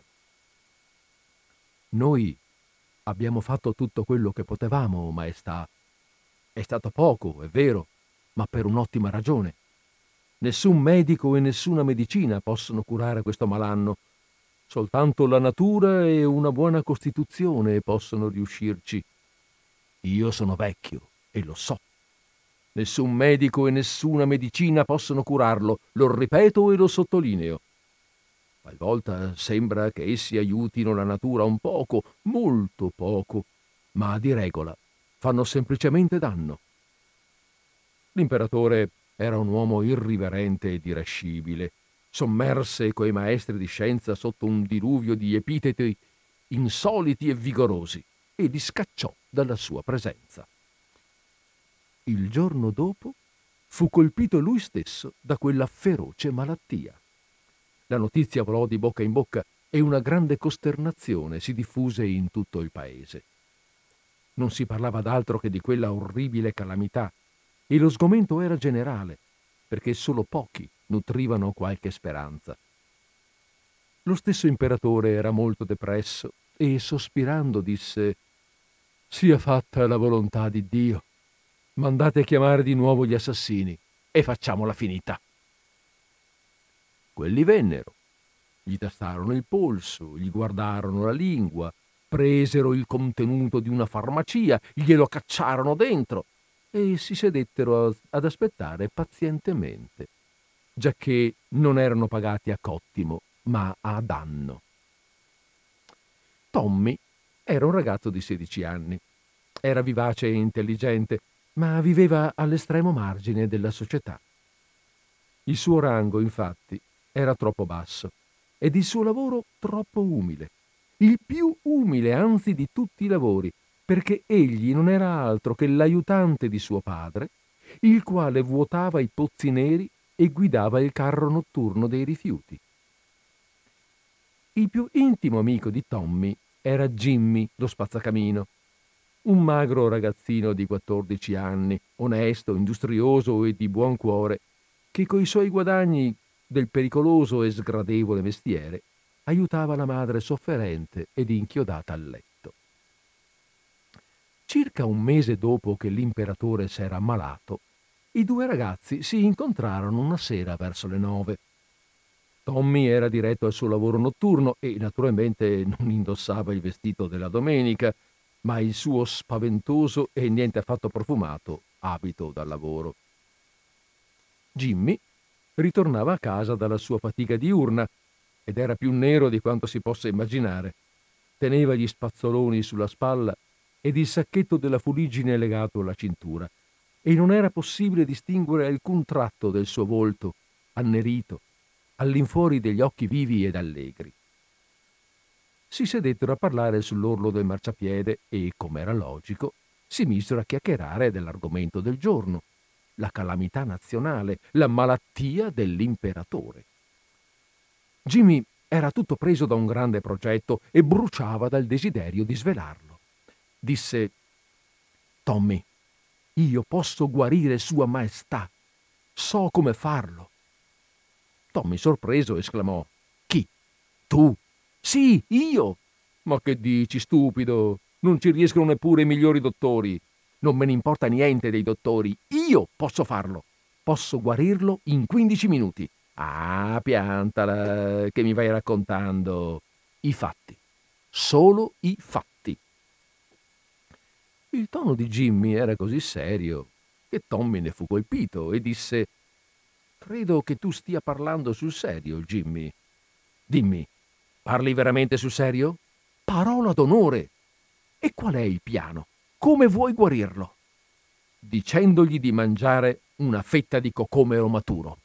«Noi abbiamo fatto tutto quello che potevamo, maestà, È stato poco, è vero, ma per un'ottima ragione. Nessun medico e nessuna medicina possono curare questo malanno. Soltanto la natura e una buona costituzione possono riuscirci. Io sono vecchio e lo so. Nessun medico e nessuna medicina possono curarlo, lo ripeto e lo sottolineo. Talvolta sembra che essi aiutino la natura un poco, molto poco, ma di regola fanno semplicemente danno. L'imperatore era un uomo irriverente ed irascibile, sommerse coi maestri di scienza sotto un diluvio di epiteti insoliti e vigorosi, e li scacciò dalla sua presenza. Il giorno dopo fu colpito lui stesso da quella feroce malattia. La notizia volò di bocca in bocca e una grande costernazione si diffuse in tutto il paese. Non si parlava d'altro che di quella orribile calamità e lo sgomento era generale, perché solo pochi nutrivano qualche speranza. Lo stesso imperatore era molto depresso e, sospirando, disse: «Sia fatta la volontà di Dio. Mandate a chiamare di nuovo gli assassini e facciamola finita». Quelli vennero, gli tastarono il polso, gli guardarono la lingua, presero il contenuto di una farmacia, glielo cacciarono dentro e si sedettero ad aspettare pazientemente, giacché non erano pagati a cottimo, ma a danno. Tommy era un ragazzo di 16 anni. Era vivace e intelligente, ma viveva all'estremo margine della società. Il suo rango, infatti, era troppo basso ed il suo lavoro troppo umile. Il più umile, anzi, di tutti i lavori, perché egli non era altro che l'aiutante di suo padre, il quale vuotava i pozzi neri e guidava il carro notturno dei rifiuti. Il più intimo amico di Tommy era Jimmy, lo spazzacamino, un magro ragazzino di 14 anni, onesto, industrioso e di buon cuore, che coi suoi guadagni del pericoloso e sgradevole mestiere aiutava la madre sofferente ed inchiodata al letto. Circa un mese dopo che l'imperatore s'era ammalato, i due ragazzi si incontrarono una sera verso le 9. Tommy era diretto al suo lavoro notturno e naturalmente non indossava il vestito della domenica, ma il suo spaventoso e niente affatto profumato abito da lavoro. Jimmy ritornava a casa dalla sua fatica diurna ed era più nero di quanto si possa immaginare. Teneva gli spazzoloni sulla spalla ed il sacchetto della fuliggine legato alla cintura, e non era possibile distinguere alcun tratto del suo volto, annerito, all'infuori degli occhi vivi ed allegri. Si sedettero a parlare sull'orlo del marciapiede e, come era logico, si misero a chiacchierare dell'argomento del giorno, la calamità nazionale, la malattia dell'imperatore. Jimmy era tutto preso da un grande progetto e bruciava dal desiderio di svelarlo. Disse: «Tommy, io posso guarire Sua Maestà. So come farlo». Tommy, sorpreso, esclamò: «Chi? Tu?» «Sì, io!» «Ma che dici, stupido? Non ci riescono neppure i migliori dottori. Non me ne importa niente dei dottori. Io posso farlo. Posso guarirlo in 15 minuti. Ah, piantala, che mi vai raccontando. I fatti. Solo i fatti». Il tono di Jimmy era così serio che Tommy ne fu colpito e disse: «Credo che tu stia parlando sul serio, Jimmy. Dimmi, parli veramente sul serio? Parola d'onore. E qual è il piano? Come vuoi guarirlo?» «Dicendogli di mangiare una fetta di cocomero maturo».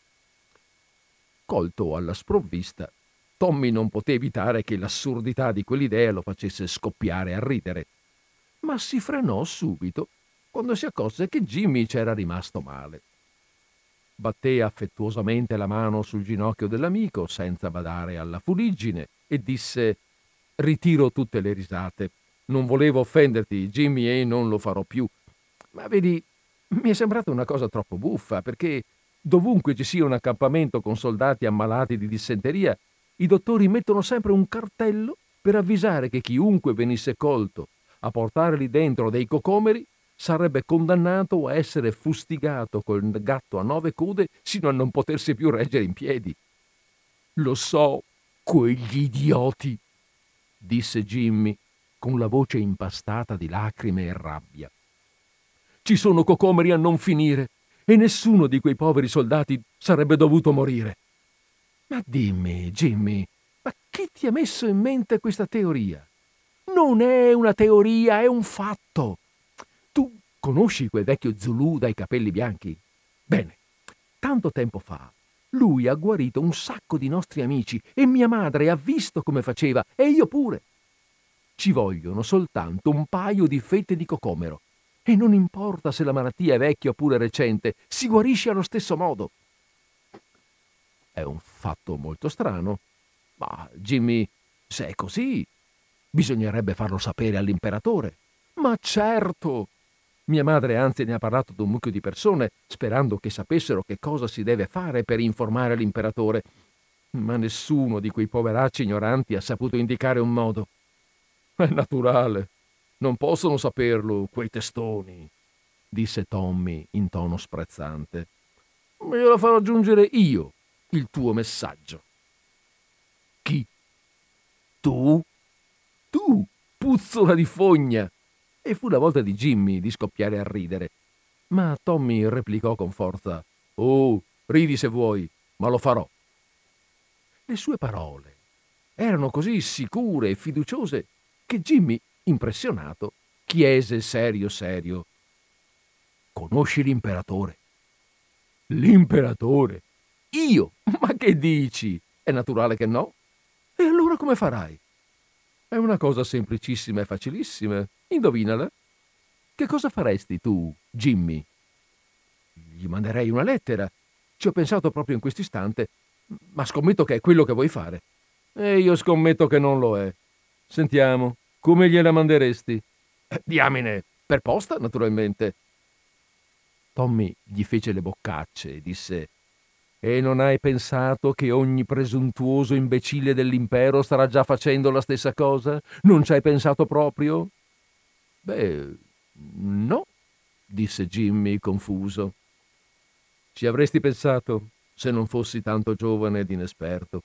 Colto alla sprovvista, Tommy non poté evitare che l'assurdità di quell'idea lo facesse scoppiare a ridere, ma si frenò subito quando si accorse che Jimmy c'era rimasto male. Batté affettuosamente la mano sul ginocchio dell'amico senza badare alla fuliggine e disse: «Ritiro tutte le risate. Non volevo offenderti, Jimmy, e non lo farò più. Ma vedi, mi è sembrata una cosa troppo buffa, perché dovunque ci sia un accampamento con soldati ammalati di dissenteria, i dottori mettono sempre un cartello per avvisare che chiunque venisse colto a portare lì dentro dei cocomeri sarebbe condannato a essere fustigato col gatto a 9 code sino a non potersi più reggere in piedi. Lo so, quegli idioti, disse Jimmy con la voce impastata di lacrime e rabbia. Ci sono cocomeri a non finire e nessuno di quei poveri soldati sarebbe dovuto morire. Ma dimmi, Jimmy, ma chi ti ha messo in mente questa teoria? Non è una teoria, è un fatto. Tu conosci quel vecchio Zulu dai capelli bianchi? Bene, tanto tempo fa lui ha guarito un sacco di nostri amici e mia madre ha visto come faceva e io pure. Ci vogliono soltanto un paio di fette di cocomero e non importa se la malattia è vecchia oppure recente, si guarisce allo stesso modo. È un fatto molto strano, ma Jimmy, se è così, bisognerebbe farlo sapere all'imperatore. Ma certo! Mia madre anzi ne ha parlato ad un mucchio di persone, sperando che sapessero che cosa si deve fare per informare l'imperatore. Ma nessuno di quei poveracci ignoranti ha saputo indicare un modo. È naturale, non possono saperlo, quei testoni, disse Tommy in tono sprezzante. Glielo farò aggiungere io, il tuo messaggio. Chi? Tu? Tu, puzzola di fogna! E fu la volta di Jimmy di scoppiare a ridere. Ma Tommy replicò con forza: «Oh, ridi se vuoi, ma lo farò». Le sue parole erano così sicure e fiduciose che Jimmy, impressionato, chiese serio serio: «Conosci l'imperatore?» «L'imperatore? Io? Ma che dici? È naturale che no. E allora come farai?» «È una cosa semplicissima e facilissima. Indovinala. Che cosa faresti tu, Jimmy?» «Gli manderei una lettera. Ci ho pensato proprio in questo istante, ma scommetto che è quello che vuoi fare». «E io scommetto che non lo è. Sentiamo, come gliela manderesti?» «Diamine, per posta, naturalmente». Tommy gli fece le boccacce e disse: «E non hai pensato che ogni presuntuoso imbecille dell'impero starà già facendo la stessa cosa? Non ci hai pensato proprio?» «Beh, no», disse Jimmy confuso. «Ci avresti pensato se non fossi tanto giovane ed inesperto.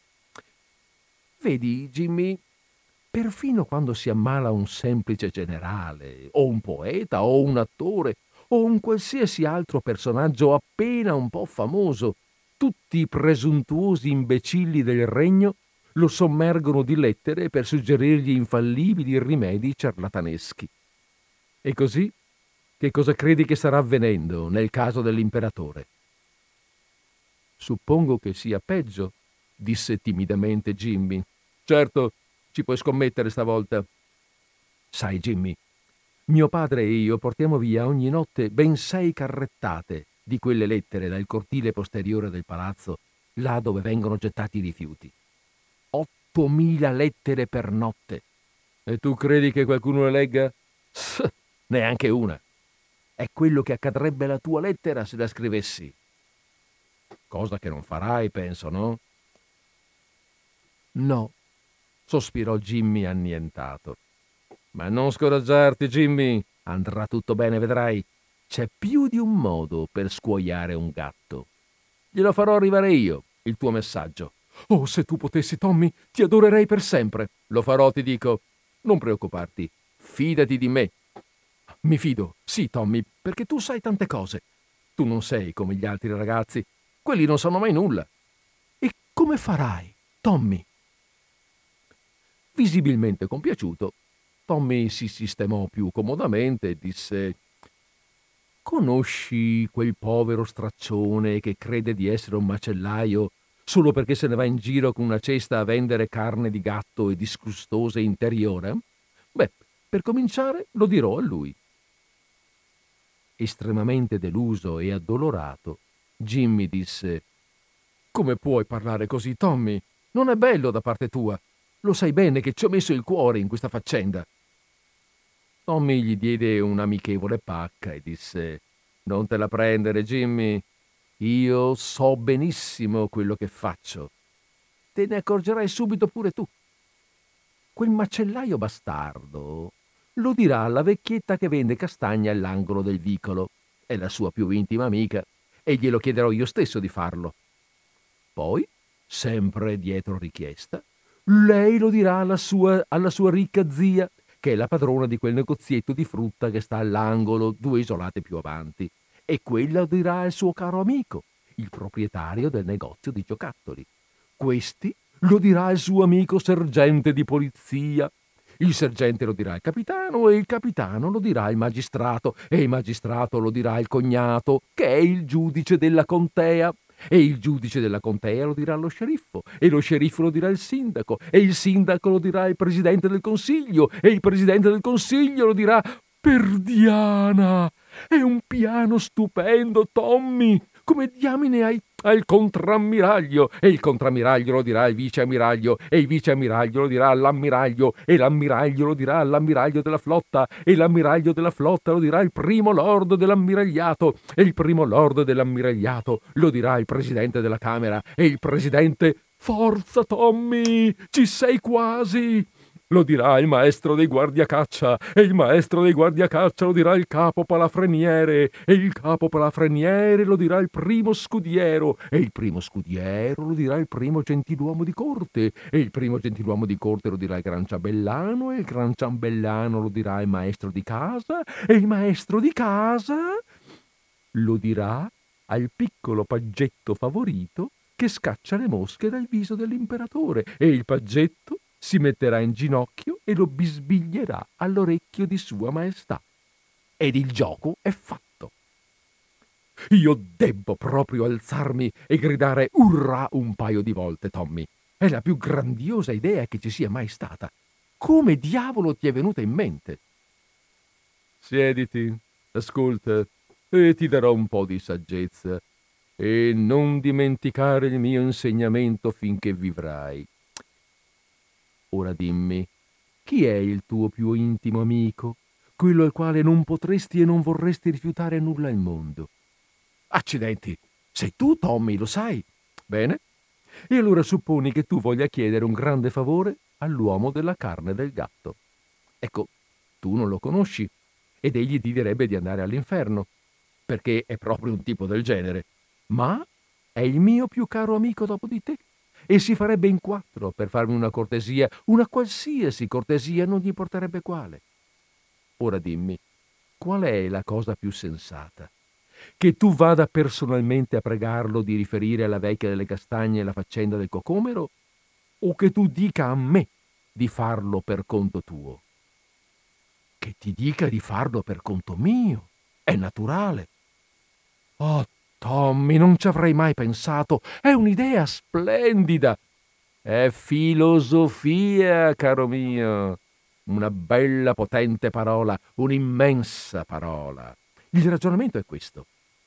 Vedi, Jimmy, perfino quando si ammala un semplice generale, o un poeta, o un attore, o un qualsiasi altro personaggio appena un po' famoso, tutti i presuntuosi imbecilli del regno lo sommergono di lettere per suggerirgli infallibili rimedi ciarlataneschi. E così, che cosa credi che starà avvenendo nel caso dell'imperatore?» «Suppongo che sia peggio», disse timidamente Jimmy. «Certo, ci puoi scommettere stavolta». «Sai, Jimmy, mio padre e io portiamo via ogni notte ben 6 carrettate di quelle lettere dal cortile posteriore del palazzo, là dove vengono gettati i rifiuti. 8.000 lettere per notte. E tu credi che qualcuno le legga? Neanche una. È quello che accadrebbe alla tua lettera se la scrivessi. Cosa che non farai, penso, no?» «No», sospirò Jimmy annientato. «Ma non scoraggiarti, Jimmy. Andrà tutto bene, vedrai. C'è più di un modo per scuoiare un gatto. Glielo farò arrivare io, il tuo messaggio». «Oh, se tu potessi, Tommy, ti adorerei per sempre». «Lo farò, ti dico. Non preoccuparti. Fidati di me». «Mi fido, sì, Tommy, perché tu sai tante cose. Tu non sei come gli altri ragazzi. Quelli non sanno mai nulla». «E come farai, Tommy?» Visibilmente compiaciuto, Tommy si sistemò più comodamente e disse: «Conosci quel povero straccione che crede di essere un macellaio solo perché se ne va in giro con una cesta a vendere carne di gatto e disgustose interiore? Beh, per cominciare lo dirò a lui». Estremamente deluso e addolorato, Jimmy disse: «Come puoi parlare così, Tommy? Non è bello da parte tua. Lo sai bene che ci ho messo il cuore in questa faccenda». Tommy gli diede un'amichevole pacca e disse: «Non te la prendere, Jimmy. Io so benissimo quello che faccio. Te ne accorgerai subito pure tu. Quel macellaio bastardo lo dirà alla vecchietta che vende castagne all'angolo del vicolo. È la sua più intima amica e glielo chiederò io stesso di farlo. Poi, sempre dietro richiesta, lei lo dirà alla sua ricca zia, che è la padrona di quel negozietto di frutta che sta all'angolo 2 isolate più avanti, e quella lo dirà al suo caro amico, il proprietario del negozio di giocattoli. Questi lo dirà al suo amico sergente di polizia. Il sergente lo dirà al capitano e il capitano lo dirà al magistrato e il magistrato lo dirà al cognato, che è il giudice della contea. E il giudice della contea lo dirà allo sceriffo, e lo sceriffo lo dirà al sindaco, e il sindaco lo dirà al presidente del consiglio, e il presidente del consiglio lo dirà per Diana. È un piano stupendo, Tommy! Come diamine hai al contrammiraglio, e il contrammiraglio lo dirà al viceammiraglio, e il viceammiraglio lo dirà all'ammiraglio, e l'ammiraglio lo dirà all'ammiraglio della flotta, e l'ammiraglio della flotta lo dirà al primo lord dell'ammiragliato, e il primo lord dell'ammiragliato lo dirà al presidente della Camera, e il presidente... Forza, Tommy! Ci sei quasi! Lo dirà il maestro dei guardiacaccia, e il maestro dei guardiacaccia lo dirà il capo palafreniere, e il capo palafreniere lo dirà il primo scudiero, e il primo scudiero lo dirà il primo gentiluomo di corte, e il primo gentiluomo di corte lo dirà il gran ciambellano, e il gran ciambellano lo dirà il maestro di casa, e il maestro di casa lo dirà al piccolo paggetto favorito che scaccia le mosche dal viso dell'imperatore, e il paggetto si metterà in ginocchio e lo bisbiglierà all'orecchio di Sua Maestà. Ed il gioco è fatto. Io debbo proprio alzarmi e gridare urrà un paio di volte, Tommy. È la più grandiosa idea che ci sia mai stata. Come diavolo ti è venuta in mente? Siediti, ascolta, e ti darò un po' di saggezza. E non dimenticare il mio insegnamento finché vivrai. Ora dimmi, chi è il tuo più intimo amico, quello al quale non potresti e non vorresti rifiutare nulla al mondo? Accidenti, sei tu, Tommy, lo sai? Bene, e allora supponi che tu voglia chiedere un grande favore all'uomo della carne del gatto. Ecco, tu non lo conosci, ed egli ti direbbe di andare all'inferno, perché è proprio un tipo del genere, ma è il mio più caro amico dopo di te, e si farebbe in 4 per farmi una cortesia, una qualsiasi cortesia, non gli importerebbe quale. Ora dimmi, qual è la cosa più sensata? Che tu vada personalmente a pregarlo di riferire alla vecchia delle castagne la faccenda del cocomero, o che tu dica a me di farlo per conto tuo? Che ti dica di farlo per conto mio, è naturale. Oh, Tommy, non ci avrei mai pensato. È un'idea splendida. È filosofia, caro mio. Una bella, potente parola, un'immensa parola. Il ragionamento è questo.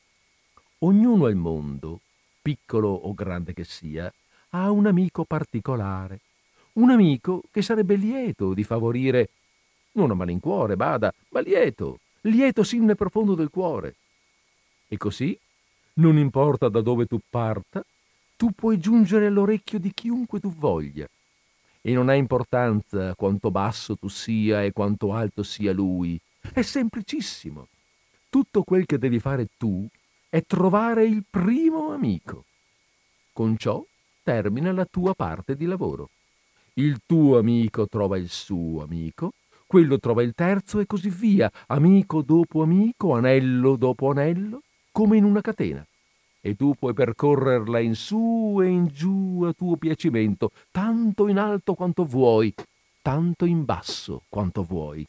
Ognuno al mondo, piccolo o grande che sia, ha un amico particolare. Un amico che sarebbe lieto di favorire, non a malincuore, bada, ma lieto sin nel profondo del cuore. E così, non importa da dove tu parta, tu puoi giungere all'orecchio di chiunque tu voglia. E non ha importanza quanto basso tu sia e quanto alto sia lui. È semplicissimo. Tutto quel che devi fare tu è trovare il primo amico. Con ciò termina la tua parte di lavoro. Il tuo amico trova il suo amico, quello trova il terzo e così via, amico dopo amico, anello dopo anello, come in una catena, e tu puoi percorrerla in su e in giù a tuo piacimento, tanto in alto quanto vuoi, tanto in basso quanto vuoi.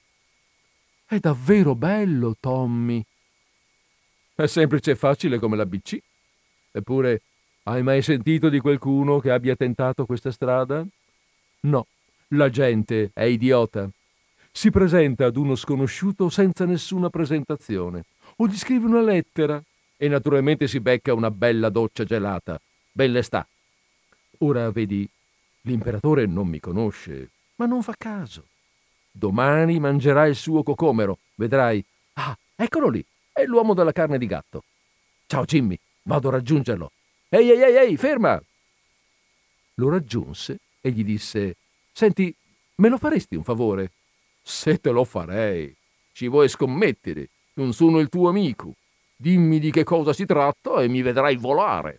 È davvero bello, Tommy. È semplice e facile come l'ABC. Eppure, hai mai sentito di qualcuno che abbia tentato questa strada? No, la gente è idiota. Si presenta ad uno sconosciuto senza nessuna presentazione, o gli scrive una lettera, e naturalmente si becca una bella doccia gelata. Ben le sta. Ora, vedi, l'imperatore non mi conosce, ma non fa caso. Domani mangerà il suo cocomero, vedrai. Ah, eccolo lì, è l'uomo della carne di gatto. Ciao Jimmy, vado a raggiungerlo. Ehi, ferma! Lo raggiunse e gli disse: senti, me lo faresti un favore? Se te lo farei. Ci vuoi scommettere? Non sono il tuo amico. Dimmi di che cosa si tratta e mi vedrai volare.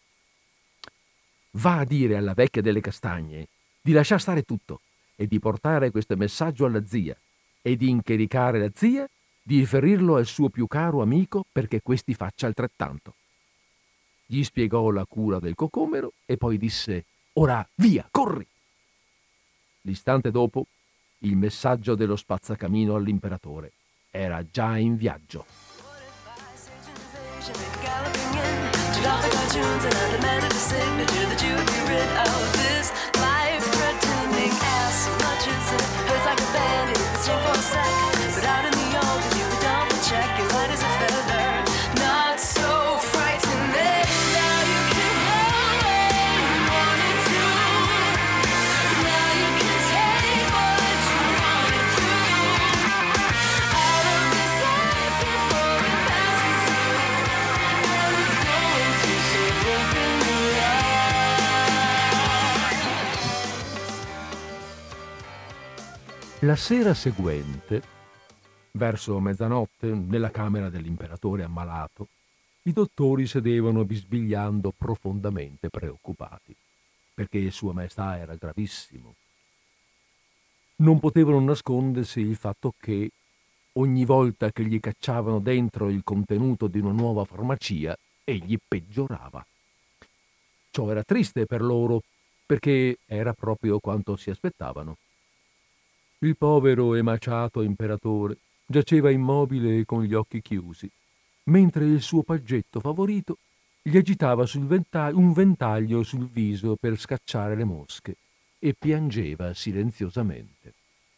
Va a dire alla vecchia delle castagne di lasciar stare tutto e di portare questo messaggio alla zia e di incaricare la zia di riferirlo al suo più caro amico perché questi faccia altrettanto. Gli spiegò la cura del cocomero e poi disse: ora via, corri! L'istante dopo, il messaggio dello spazzacamino all'imperatore era già in viaggio. La sera seguente, verso mezzanotte, nella camera dell'imperatore ammalato, i dottori sedevano bisbigliando profondamente preoccupati, perché Sua Maestà era gravissimo. Non potevano nascondersi il fatto che ogni volta che gli cacciavano dentro il contenuto di una nuova farmacia, egli peggiorava. Ciò era triste per loro, perché era proprio quanto si aspettavano. Il povero emaciato imperatore giaceva immobile e con gli occhi chiusi, mentre il suo paggetto favorito gli agitava un ventaglio sul viso per scacciare le mosche e piangeva silenziosamente.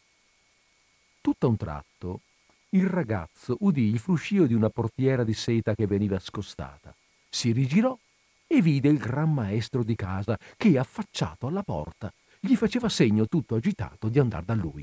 Tutto a un tratto il ragazzo udì il fruscio di una portiera di seta che veniva scostata, si rigirò e vide il gran maestro di casa che, affacciato alla porta, gli faceva segno tutto agitato di andar da lui.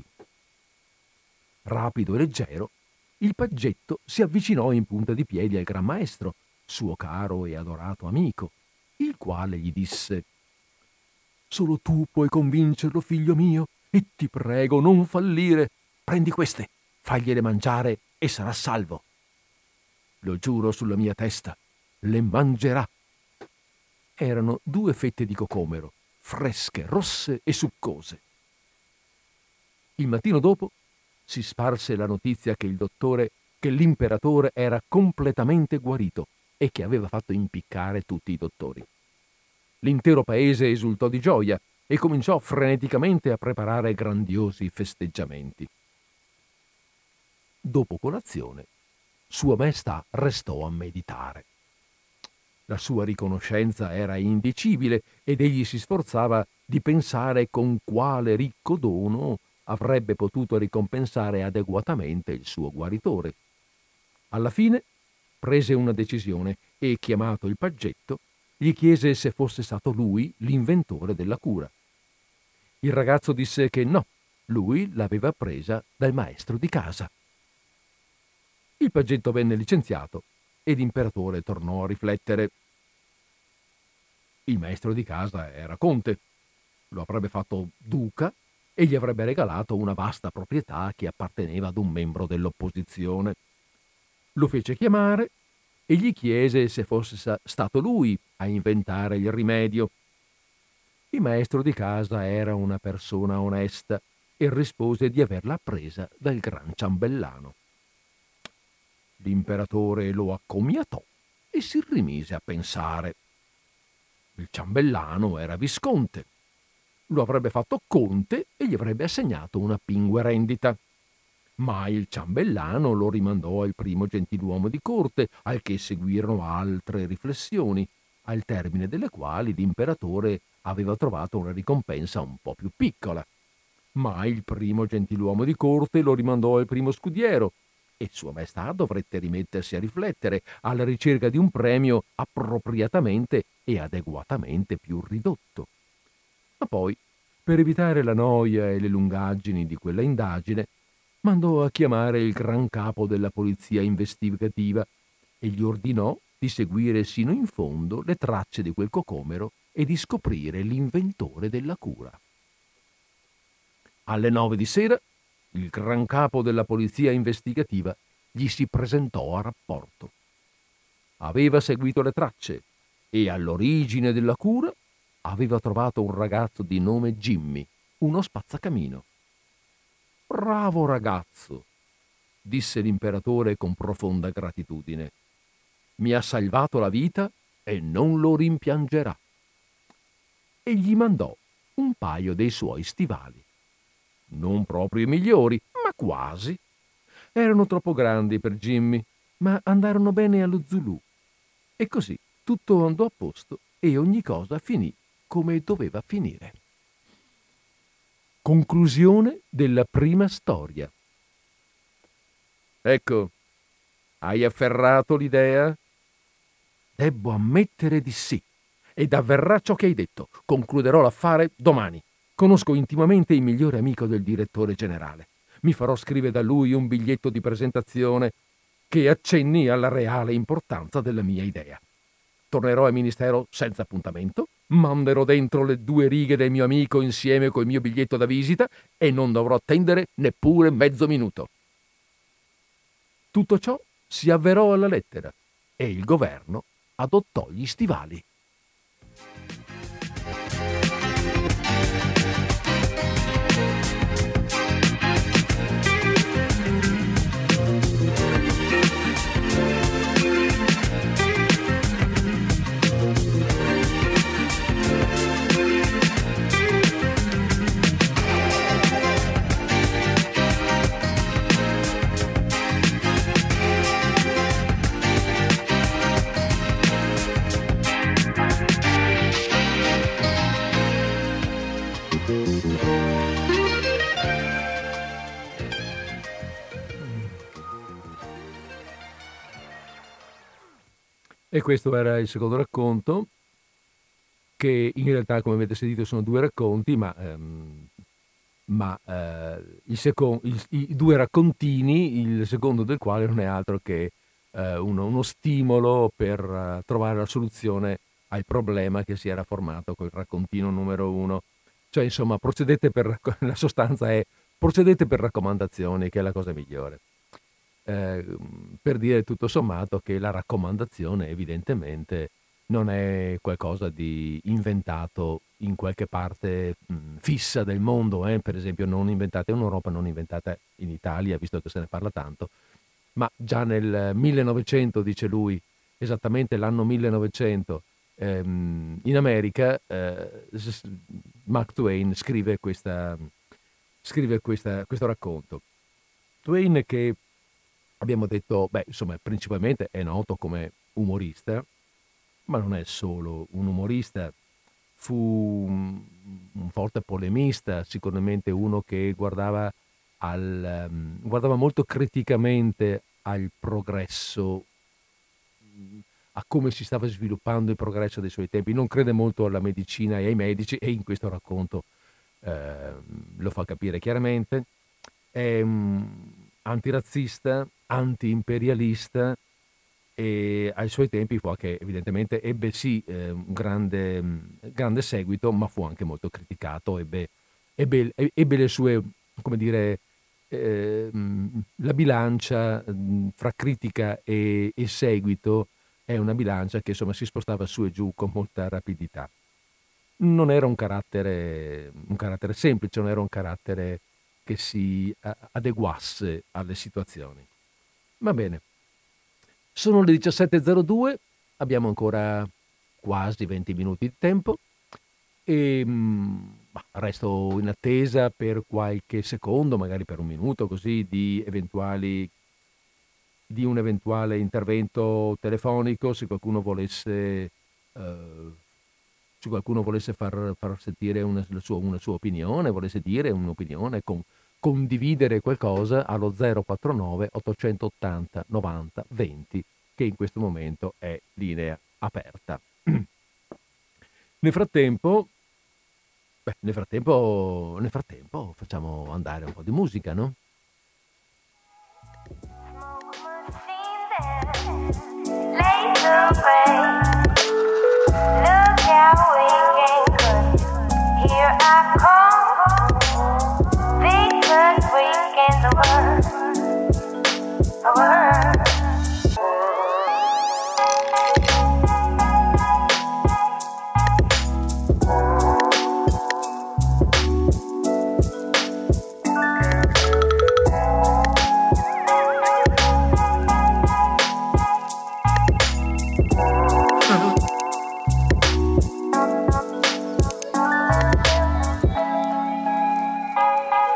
Rapido e leggero, il paggetto si avvicinò in punta di piedi al gran maestro, suo caro e adorato amico, il quale gli disse: «Solo tu puoi convincerlo, figlio mio, e ti prego non fallire. Prendi queste, fagliele mangiare e sarà salvo. Lo giuro sulla mia testa, le mangerà». Erano 2 fette di cocomero, fresche, rosse e succose. Il mattino dopo si sparse la notizia che l'imperatore era completamente guarito e che aveva fatto impiccare tutti i dottori. L'intero paese esultò di gioia e cominciò freneticamente a preparare grandiosi festeggiamenti. Dopo colazione, Sua Maestà restò a meditare. La sua riconoscenza era indicibile ed egli si sforzava di pensare con quale ricco dono avrebbe potuto ricompensare adeguatamente il suo guaritore. Alla fine prese una decisione e, chiamato il paggetto, gli chiese se fosse stato lui l'inventore della cura. Il ragazzo disse che no, lui l'aveva presa dal maestro di casa. Il paggetto venne licenziato e l'imperatore tornò a riflettere. Il maestro di casa era conte, lo avrebbe fatto duca e gli avrebbe regalato una vasta proprietà che apparteneva ad un membro dell'opposizione. Lo fece chiamare e gli chiese se fosse stato lui a inventare il rimedio. Il maestro di casa era una persona onesta e rispose di averla appresa dal gran ciambellano. L'imperatore lo accomiatò e si rimise a pensare. Il ciambellano era visconte. Lo avrebbe fatto conte e gli avrebbe assegnato una pingue rendita. Ma il ciambellano lo rimandò al primo gentiluomo di corte, al che seguirono altre riflessioni, al termine delle quali l'imperatore aveva trovato una ricompensa un po' più piccola. Ma il primo gentiluomo di corte lo rimandò al primo scudiero, e Sua Maestà dovette rimettersi a riflettere alla ricerca di un premio appropriatamente e adeguatamente più ridotto. Ma poi, per evitare la noia e le lungaggini di quella indagine, mandò a chiamare il gran capo della polizia investigativa e gli ordinò di seguire sino in fondo le tracce di quel cocomero e di scoprire l'inventore della cura. Alle 9 di sera il gran capo della polizia investigativa gli si presentò a rapporto. Aveva seguito le tracce e all'origine della cura aveva trovato un ragazzo di nome Jimmy, uno spazzacamino. «Bravo ragazzo», disse l'imperatore con profonda gratitudine. «Mi ha salvato la vita e non lo rimpiangerà». E gli mandò un paio dei suoi stivali. Non proprio i migliori, ma quasi. Erano troppo grandi per Jimmy, ma andarono bene allo Zulu. E così tutto andò a posto e ogni cosa finì come doveva finire. Conclusione della prima storia. Ecco, hai afferrato l'idea? Debbo ammettere di sì. Ed avverrà ciò che hai detto. Concluderò l'affare domani. Conosco intimamente il migliore amico del direttore generale. Mi farò scrivere da lui un biglietto di presentazione che accenni alla reale importanza della mia idea. Tornerò al ministero senza appuntamento, manderò dentro le 2 righe del mio amico insieme col mio biglietto da visita e non dovrò attendere neppure mezzo minuto. Tutto ciò si avverò alla lettera e il governo adottò gli stivali. E questo era il secondo racconto, che in realtà, come avete sentito, sono 2 racconti, i 2 raccontini, il secondo del quale non è altro che uno stimolo per trovare la soluzione al problema che si era formato col raccontino numero 1. Cioè, insomma, la sostanza è procedete per raccomandazioni, che è la cosa migliore. Per dire tutto sommato che la raccomandazione evidentemente non è qualcosa di inventato in qualche parte fissa del mondo, per esempio non inventata in Europa, non inventata in Italia, visto che se ne parla tanto, ma già nel 1900, dice lui, esattamente l'anno 1900, in America Mark Twain scrive questo racconto. Twain, che abbiamo detto, insomma, principalmente è noto come umorista, ma non è solo un umorista. Fu un forte polemista, sicuramente uno che guardava molto criticamente al progresso, a come si stava sviluppando il progresso dei suoi tempi. Non crede molto alla medicina e ai medici, e in questo racconto lo fa capire chiaramente. È antirazzista, anti-imperialista, e ai suoi tempi fu anche, evidentemente, ebbe sì un grande seguito, ma fu anche molto criticato, ebbe le sue, come dire, la bilancia fra critica e seguito è una bilancia che, insomma, si spostava su e giù con molta rapidità. Non era un carattere semplice, non era un carattere che si adeguasse alle situazioni. Va bene. Sono le 17:02, abbiamo ancora quasi 20 minuti di tempo e resto in attesa per qualche secondo, magari per un minuto così, di un eventuale intervento telefonico, se qualcuno volesse far sentire una sua opinione, volesse dire un'opinione, condividere qualcosa, allo 049 880 90 20, che in questo momento è linea aperta. Nel frattempo facciamo andare un po' di musica, no? Here I come, because we can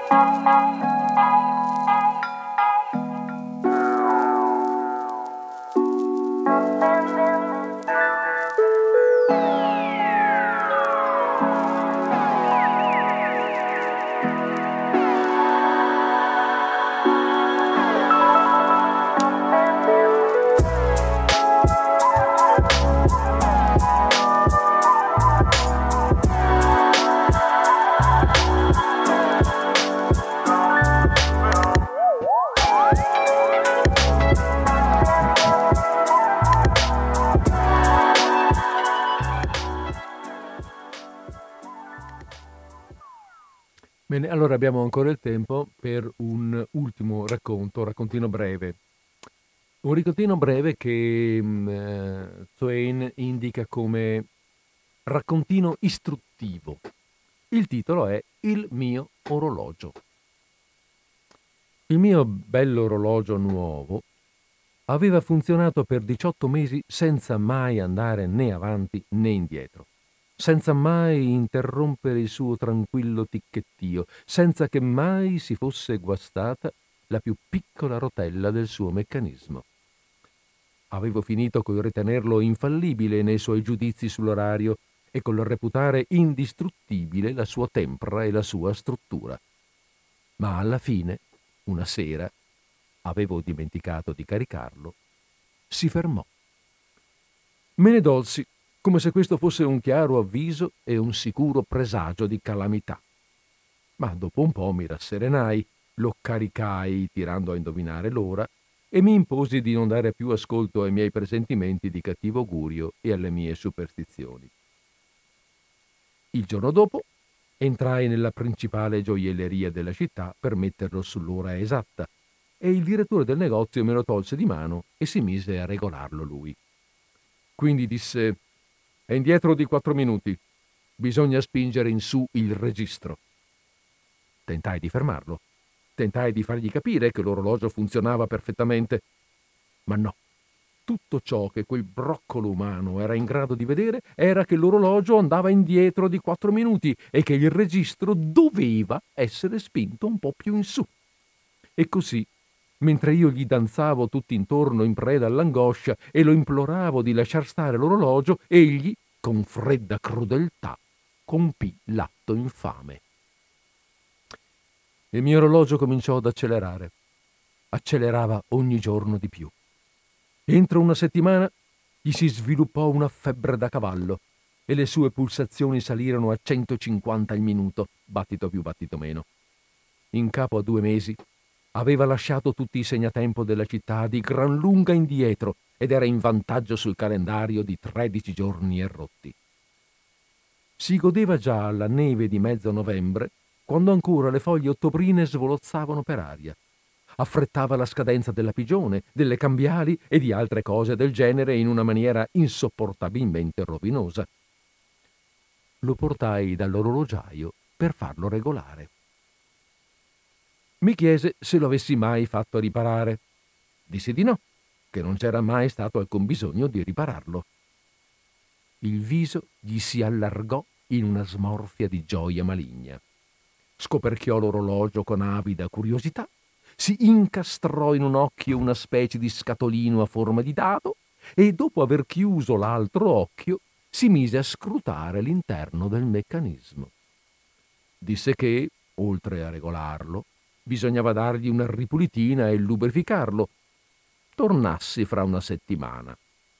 Bene, allora abbiamo ancora il tempo per un ultimo raccontino breve. Un raccontino breve che Twain indica come raccontino istruttivo. Il titolo è Il mio orologio. Il mio bello orologio nuovo aveva funzionato per 18 mesi senza mai andare né avanti né indietro, senza mai interrompere il suo tranquillo ticchettio, senza che mai si fosse guastata la più piccola rotella del suo meccanismo. Avevo finito col ritenerlo infallibile nei suoi giudizi sull'orario e col reputare indistruttibile la sua tempra e la sua struttura. Ma alla fine, una sera, avevo dimenticato di caricarlo, si fermò. Me ne dolsi, come se questo fosse un chiaro avviso e un sicuro presagio di calamità. Ma dopo un po' mi rasserenai, lo caricai tirando a indovinare l'ora e mi imposi di non dare più ascolto ai miei presentimenti di cattivo augurio e alle mie superstizioni. Il giorno dopo entrai nella principale gioielleria della città per metterlo sull'ora esatta e il direttore del negozio me lo tolse di mano e si mise a regolarlo lui. Quindi disse: «È indietro di 4 minuti. Bisogna spingere in su il registro». Tentai di fermarlo. Tentai di fargli capire che l'orologio funzionava perfettamente. Ma no. Tutto ciò che quel broccolo umano era in grado di vedere era che l'orologio andava indietro di 4 minuti e che il registro doveva essere spinto un po' più in su. E così, mentre io gli danzavo tutt'intorno in preda all'angoscia e lo imploravo di lasciar stare l'orologio, egli, con fredda crudeltà, compì l'atto infame. Il mio orologio cominciò ad accelerare. Accelerava ogni giorno di più. Entro una settimana gli si sviluppò una febbre da cavallo e le sue pulsazioni salirono a 150 al minuto, battito più, battito meno. In capo a 2 mesi aveva lasciato tutti i segnatempo della città di gran lunga indietro ed era in vantaggio sul calendario di 13 giorni e rotti. Si godeva già alla neve di mezzo novembre, quando ancora le foglie ottobrine svolozzavano per aria. Affrettava la scadenza della pigione, delle cambiali e di altre cose del genere in una maniera insopportabilmente rovinosa. Lo portai dall'orologiaio per farlo regolare. Mi chiese se lo avessi mai fatto riparare. Dissi di no, che non c'era mai stato alcun bisogno di ripararlo. Il viso gli si allargò in una smorfia di gioia maligna. Scoperchiò l'orologio con avida curiosità, si incastrò in un occhio una specie di scatolino a forma di dado e, dopo aver chiuso l'altro occhio, si mise a scrutare l'interno del meccanismo. Disse che, oltre a regolarlo, bisognava dargli una ripulitina e lubrificarlo. Tornassi fra una settimana.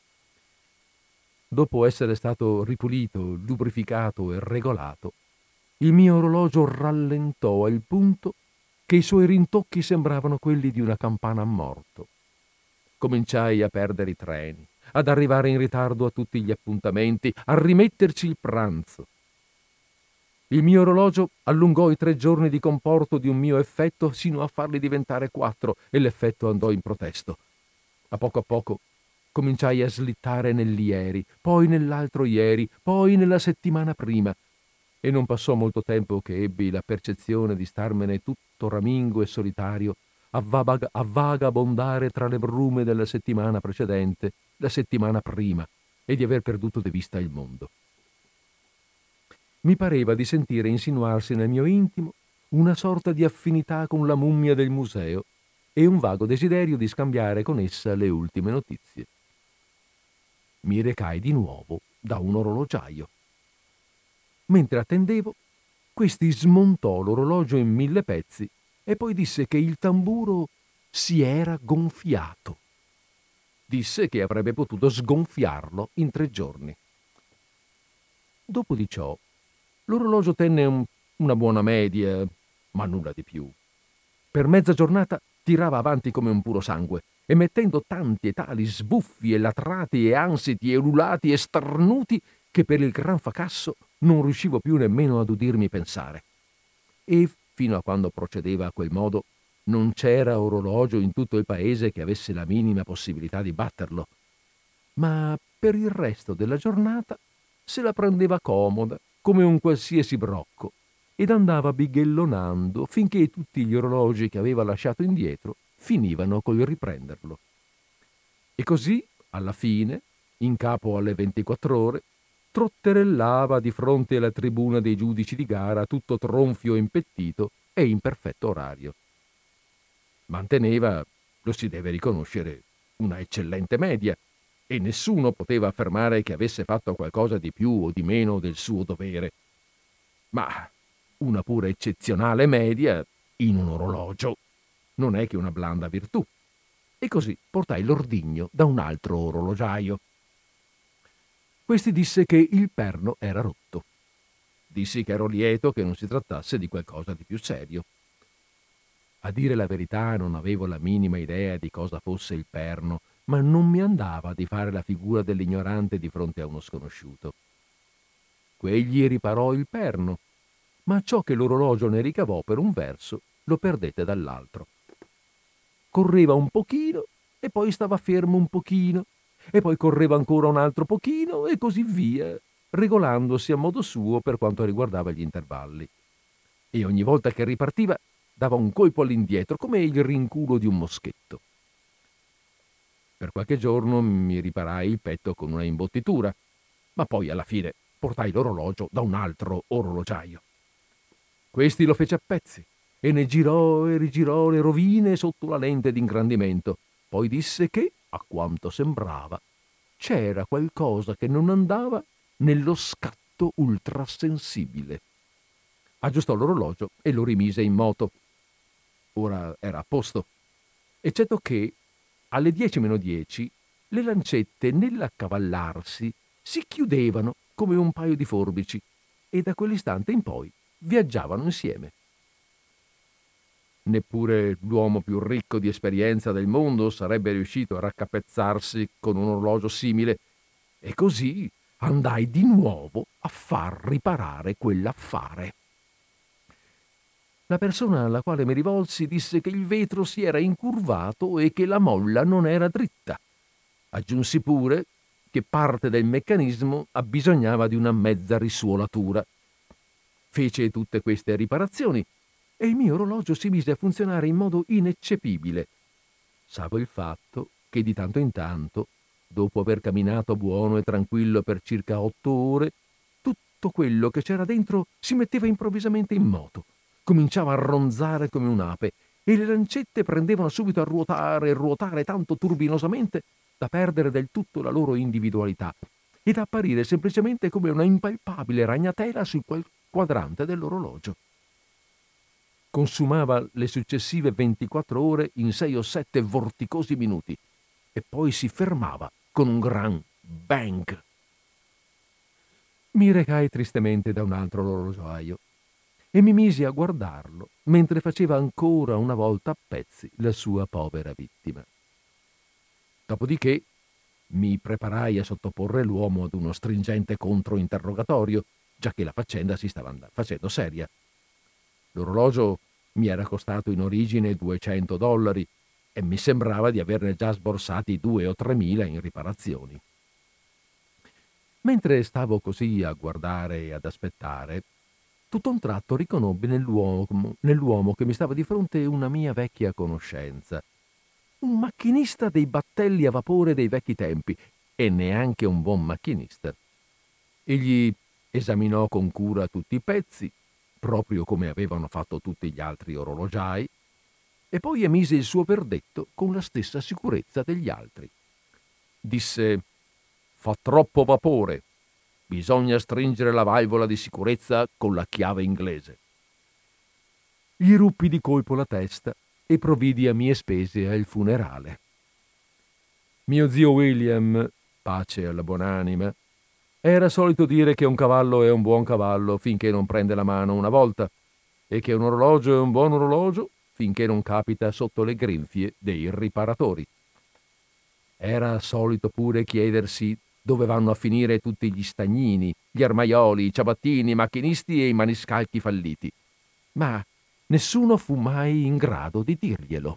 Dopo essere stato ripulito, lubrificato e regolato, il mio orologio rallentò al punto che i suoi rintocchi sembravano quelli di una campana a morto. Cominciai a perdere i treni, ad arrivare in ritardo a tutti gli appuntamenti, a rimetterci il pranzo. Il mio orologio allungò i 3 giorni di comporto di un mio effetto sino a farli diventare 4 e l'effetto andò in protesto. A poco cominciai a slittare nell'ieri, poi nell'altro ieri, poi nella settimana prima, e non passò molto tempo che ebbi la percezione di starmene tutto ramingo e solitario a vagabondare tra le brume della settimana precedente, la settimana prima, e di aver perduto di vista il mondo. Mi pareva di sentire insinuarsi nel mio intimo una sorta di affinità con la mummia del museo e un vago desiderio di scambiare con essa le ultime notizie. Mi recai di nuovo da un orologiaio. Mentre attendevo, questi smontò l'orologio in 1000 pezzi e poi disse che il tamburo si era gonfiato. Disse che avrebbe potuto sgonfiarlo in 3 giorni. Dopo di ciò, l'orologio tenne una buona media, ma nulla di più. Per mezza giornata tirava avanti come un puro sangue, emettendo tanti e tali sbuffi e latrati e ansiti e ululati e starnuti che per il gran fracasso non riuscivo più nemmeno ad udirmi pensare. E fino a quando procedeva a quel modo non c'era orologio in tutto il paese che avesse la minima possibilità di batterlo. Ma per il resto della giornata se la prendeva comoda come un qualsiasi brocco ed andava bighellonando finché tutti gli orologi che aveva lasciato indietro finivano col riprenderlo. E così, alla fine, in capo alle 24 ore, trotterellava di fronte alla tribuna dei giudici di gara tutto tronfio e impettito e in perfetto orario. Manteneva, lo si deve riconoscere, una eccellente media e nessuno poteva affermare che avesse fatto qualcosa di più o di meno del suo dovere. Ma una pure eccezionale media in un orologio non è che una blanda virtù. E così portai l'ordigno da un altro orologiaio. Questi disse che il perno era rotto. Dissi che ero lieto che non si trattasse di qualcosa di più serio. A dire la verità non avevo la minima idea di cosa fosse il perno, ma non mi andava di fare la figura dell'ignorante di fronte a uno sconosciuto. Quegli riparò il perno, ma ciò che l'orologio ne ricavò per un verso lo perdette dall'altro. Correva un pochino e poi stava fermo un pochino e poi correva ancora un altro pochino e così via, regolandosi a modo suo per quanto riguardava gli intervalli. E ogni volta che ripartiva dava un colpo all'indietro come il rinculo di un moschetto. Per qualche giorno mi riparai il petto con una imbottitura, ma poi alla fine portai l'orologio da un altro orologiaio. Questi lo fece a pezzi e ne girò e rigirò le rovine sotto la lente d'ingrandimento. Poi disse che, a quanto sembrava, c'era qualcosa che non andava nello scatto ultrasensibile. Aggiustò l'orologio e lo rimise in moto. Ora era a posto, eccetto che alle 10:10 le lancette nell'accavallarsi si chiudevano come un paio di forbici e da quell'istante in poi viaggiavano insieme. Neppure l'uomo più ricco di esperienza del mondo sarebbe riuscito a raccapezzarsi con un orologio simile e così andai di nuovo a far riparare quell'affare. La persona alla quale mi rivolsi disse che il vetro si era incurvato e che la molla non era dritta. Aggiunsi pure che parte del meccanismo abbisognava di una mezza risuolatura. Fece tutte queste riparazioni e il mio orologio si mise a funzionare in modo ineccepibile, salvo il fatto che di tanto in tanto, dopo aver camminato buono e tranquillo per circa 8 ore, tutto quello che c'era dentro si metteva improvvisamente in moto, cominciava a ronzare come un'ape e le lancette prendevano subito a ruotare e ruotare tanto turbinosamente da perdere del tutto la loro individualità ed apparire semplicemente come una impalpabile ragnatela sul quadrante dell'orologio. Consumava le successive 24 ore in 6 o 7 vorticosi minuti e poi si fermava con un gran bang. Mi recai tristemente da un altro orologiaio e mi misi a guardarlo mentre faceva ancora una volta a pezzi la sua povera vittima. Dopodiché mi preparai a sottoporre l'uomo ad uno stringente controinterrogatorio, giacché la faccenda si stava facendo seria. L'orologio mi era costato in origine $200 e mi sembrava di averne già sborsati 2 o 3.000 in riparazioni. Mentre stavo così a guardare e ad aspettare, tutto un tratto riconobbi nell'uomo che mi stava di fronte una mia vecchia conoscenza, un macchinista dei battelli a vapore dei vecchi tempi, e neanche un buon macchinista. Egli esaminò con cura tutti i pezzi, proprio come avevano fatto tutti gli altri orologiai, e poi emise il suo verdetto con la stessa sicurezza degli altri. Disse: «Fa troppo vapore. Bisogna stringere la valvola di sicurezza con la chiave inglese». Gli ruppi di colpo la testa e provvidi a mie spese al funerale. Mio zio William, pace alla buonanima, era solito dire che un cavallo è un buon cavallo finché non prende la mano una volta e che un orologio è un buon orologio finché non capita sotto le grinfie dei riparatori. Era solito pure chiedersi dove vanno a finire tutti gli stagnini, gli armaioli, i ciabattini, i macchinisti e i maniscalchi falliti, ma nessuno fu mai in grado di dirglielo.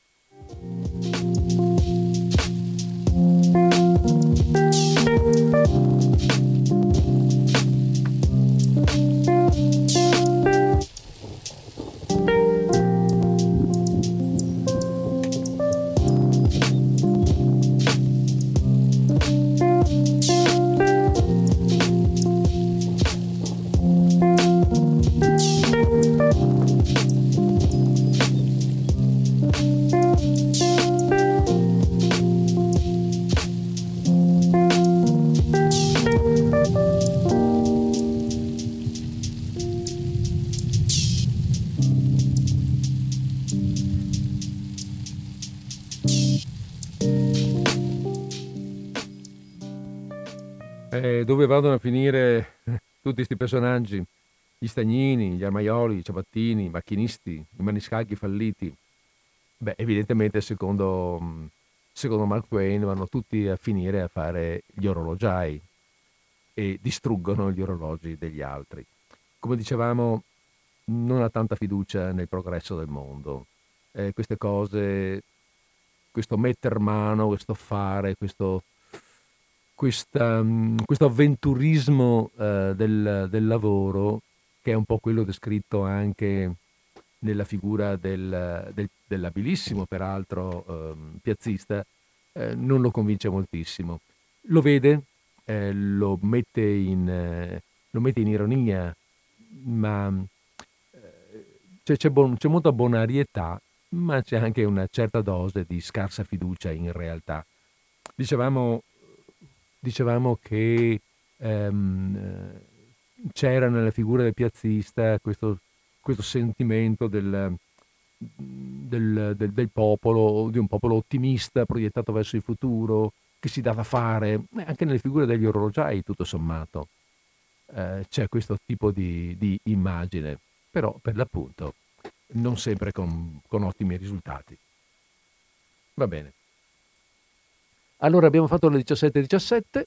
Dove vanno a finire tutti questi personaggi? Gli stagnini, gli armaioli, i ciabattini, i macchinisti, i maniscalchi falliti. Beh, evidentemente secondo Mark Twain vanno tutti a finire a fare gli orologiai e distruggono gli orologi degli altri. Come dicevamo, non ha tanta fiducia nel progresso del mondo. Queste cose, questo metter mano, questo fare, questo avventurismo del lavoro, che è un po' quello descritto anche nella figura dell'abilissimo, peraltro, piazzista, non lo convince moltissimo. Lo vede, lo mette in ironia, ma c'è molta bonarietà, ma c'è anche una certa dose di scarsa fiducia in realtà. Dicevamo che c'era nella figura del piazzista questo sentimento del popolo, di un popolo ottimista proiettato verso il futuro, che si dà da fare. Anche nelle figure degli orologiai, tutto sommato, c'è questo tipo di immagine, però per l'appunto non sempre con ottimi risultati. Va bene. Allora abbiamo fatto le 17:17,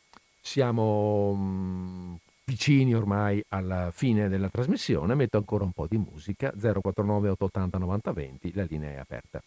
siamo vicini ormai alla fine della trasmissione, metto ancora un po' di musica. 049 880 90 20, la linea è aperta.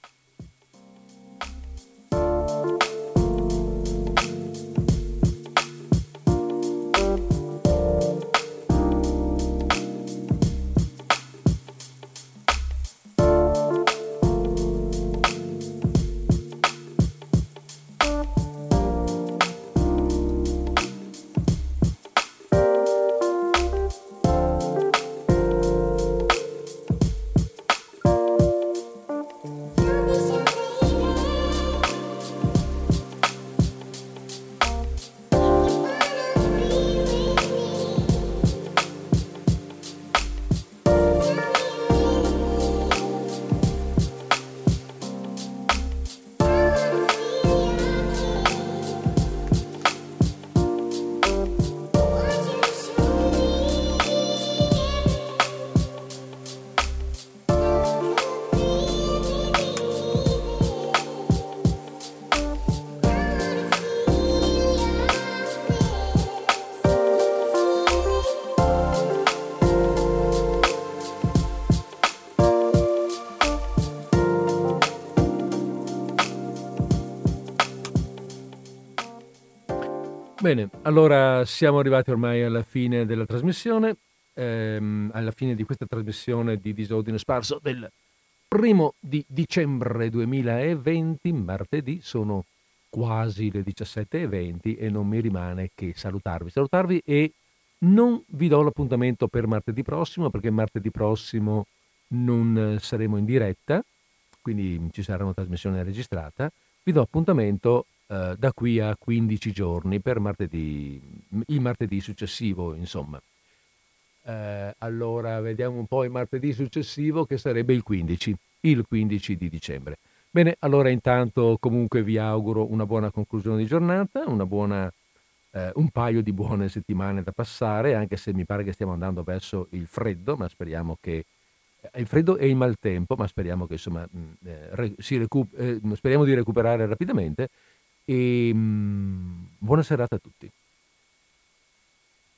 Bene, allora siamo arrivati ormai alla fine della trasmissione, alla fine di questa trasmissione di Disordine Sparso del 1 di dicembre 2020, martedì. Sono quasi le 17:20 e non mi rimane che salutarvi e Non vi do l'appuntamento per martedì prossimo perché martedì prossimo non saremo in diretta, quindi ci sarà una trasmissione registrata. Vi do appuntamento da qui a 15 giorni per il martedì successivo, insomma. Allora, vediamo un po' il martedì successivo che sarebbe il 15 di dicembre. Bene, allora intanto comunque vi auguro una buona conclusione di giornata, un paio di buone settimane da passare, anche se mi pare che stiamo andando verso il freddo, ma speriamo che il freddo e il maltempo, ma speriamo che insomma speriamo di recuperare rapidamente e buona serata a tutti.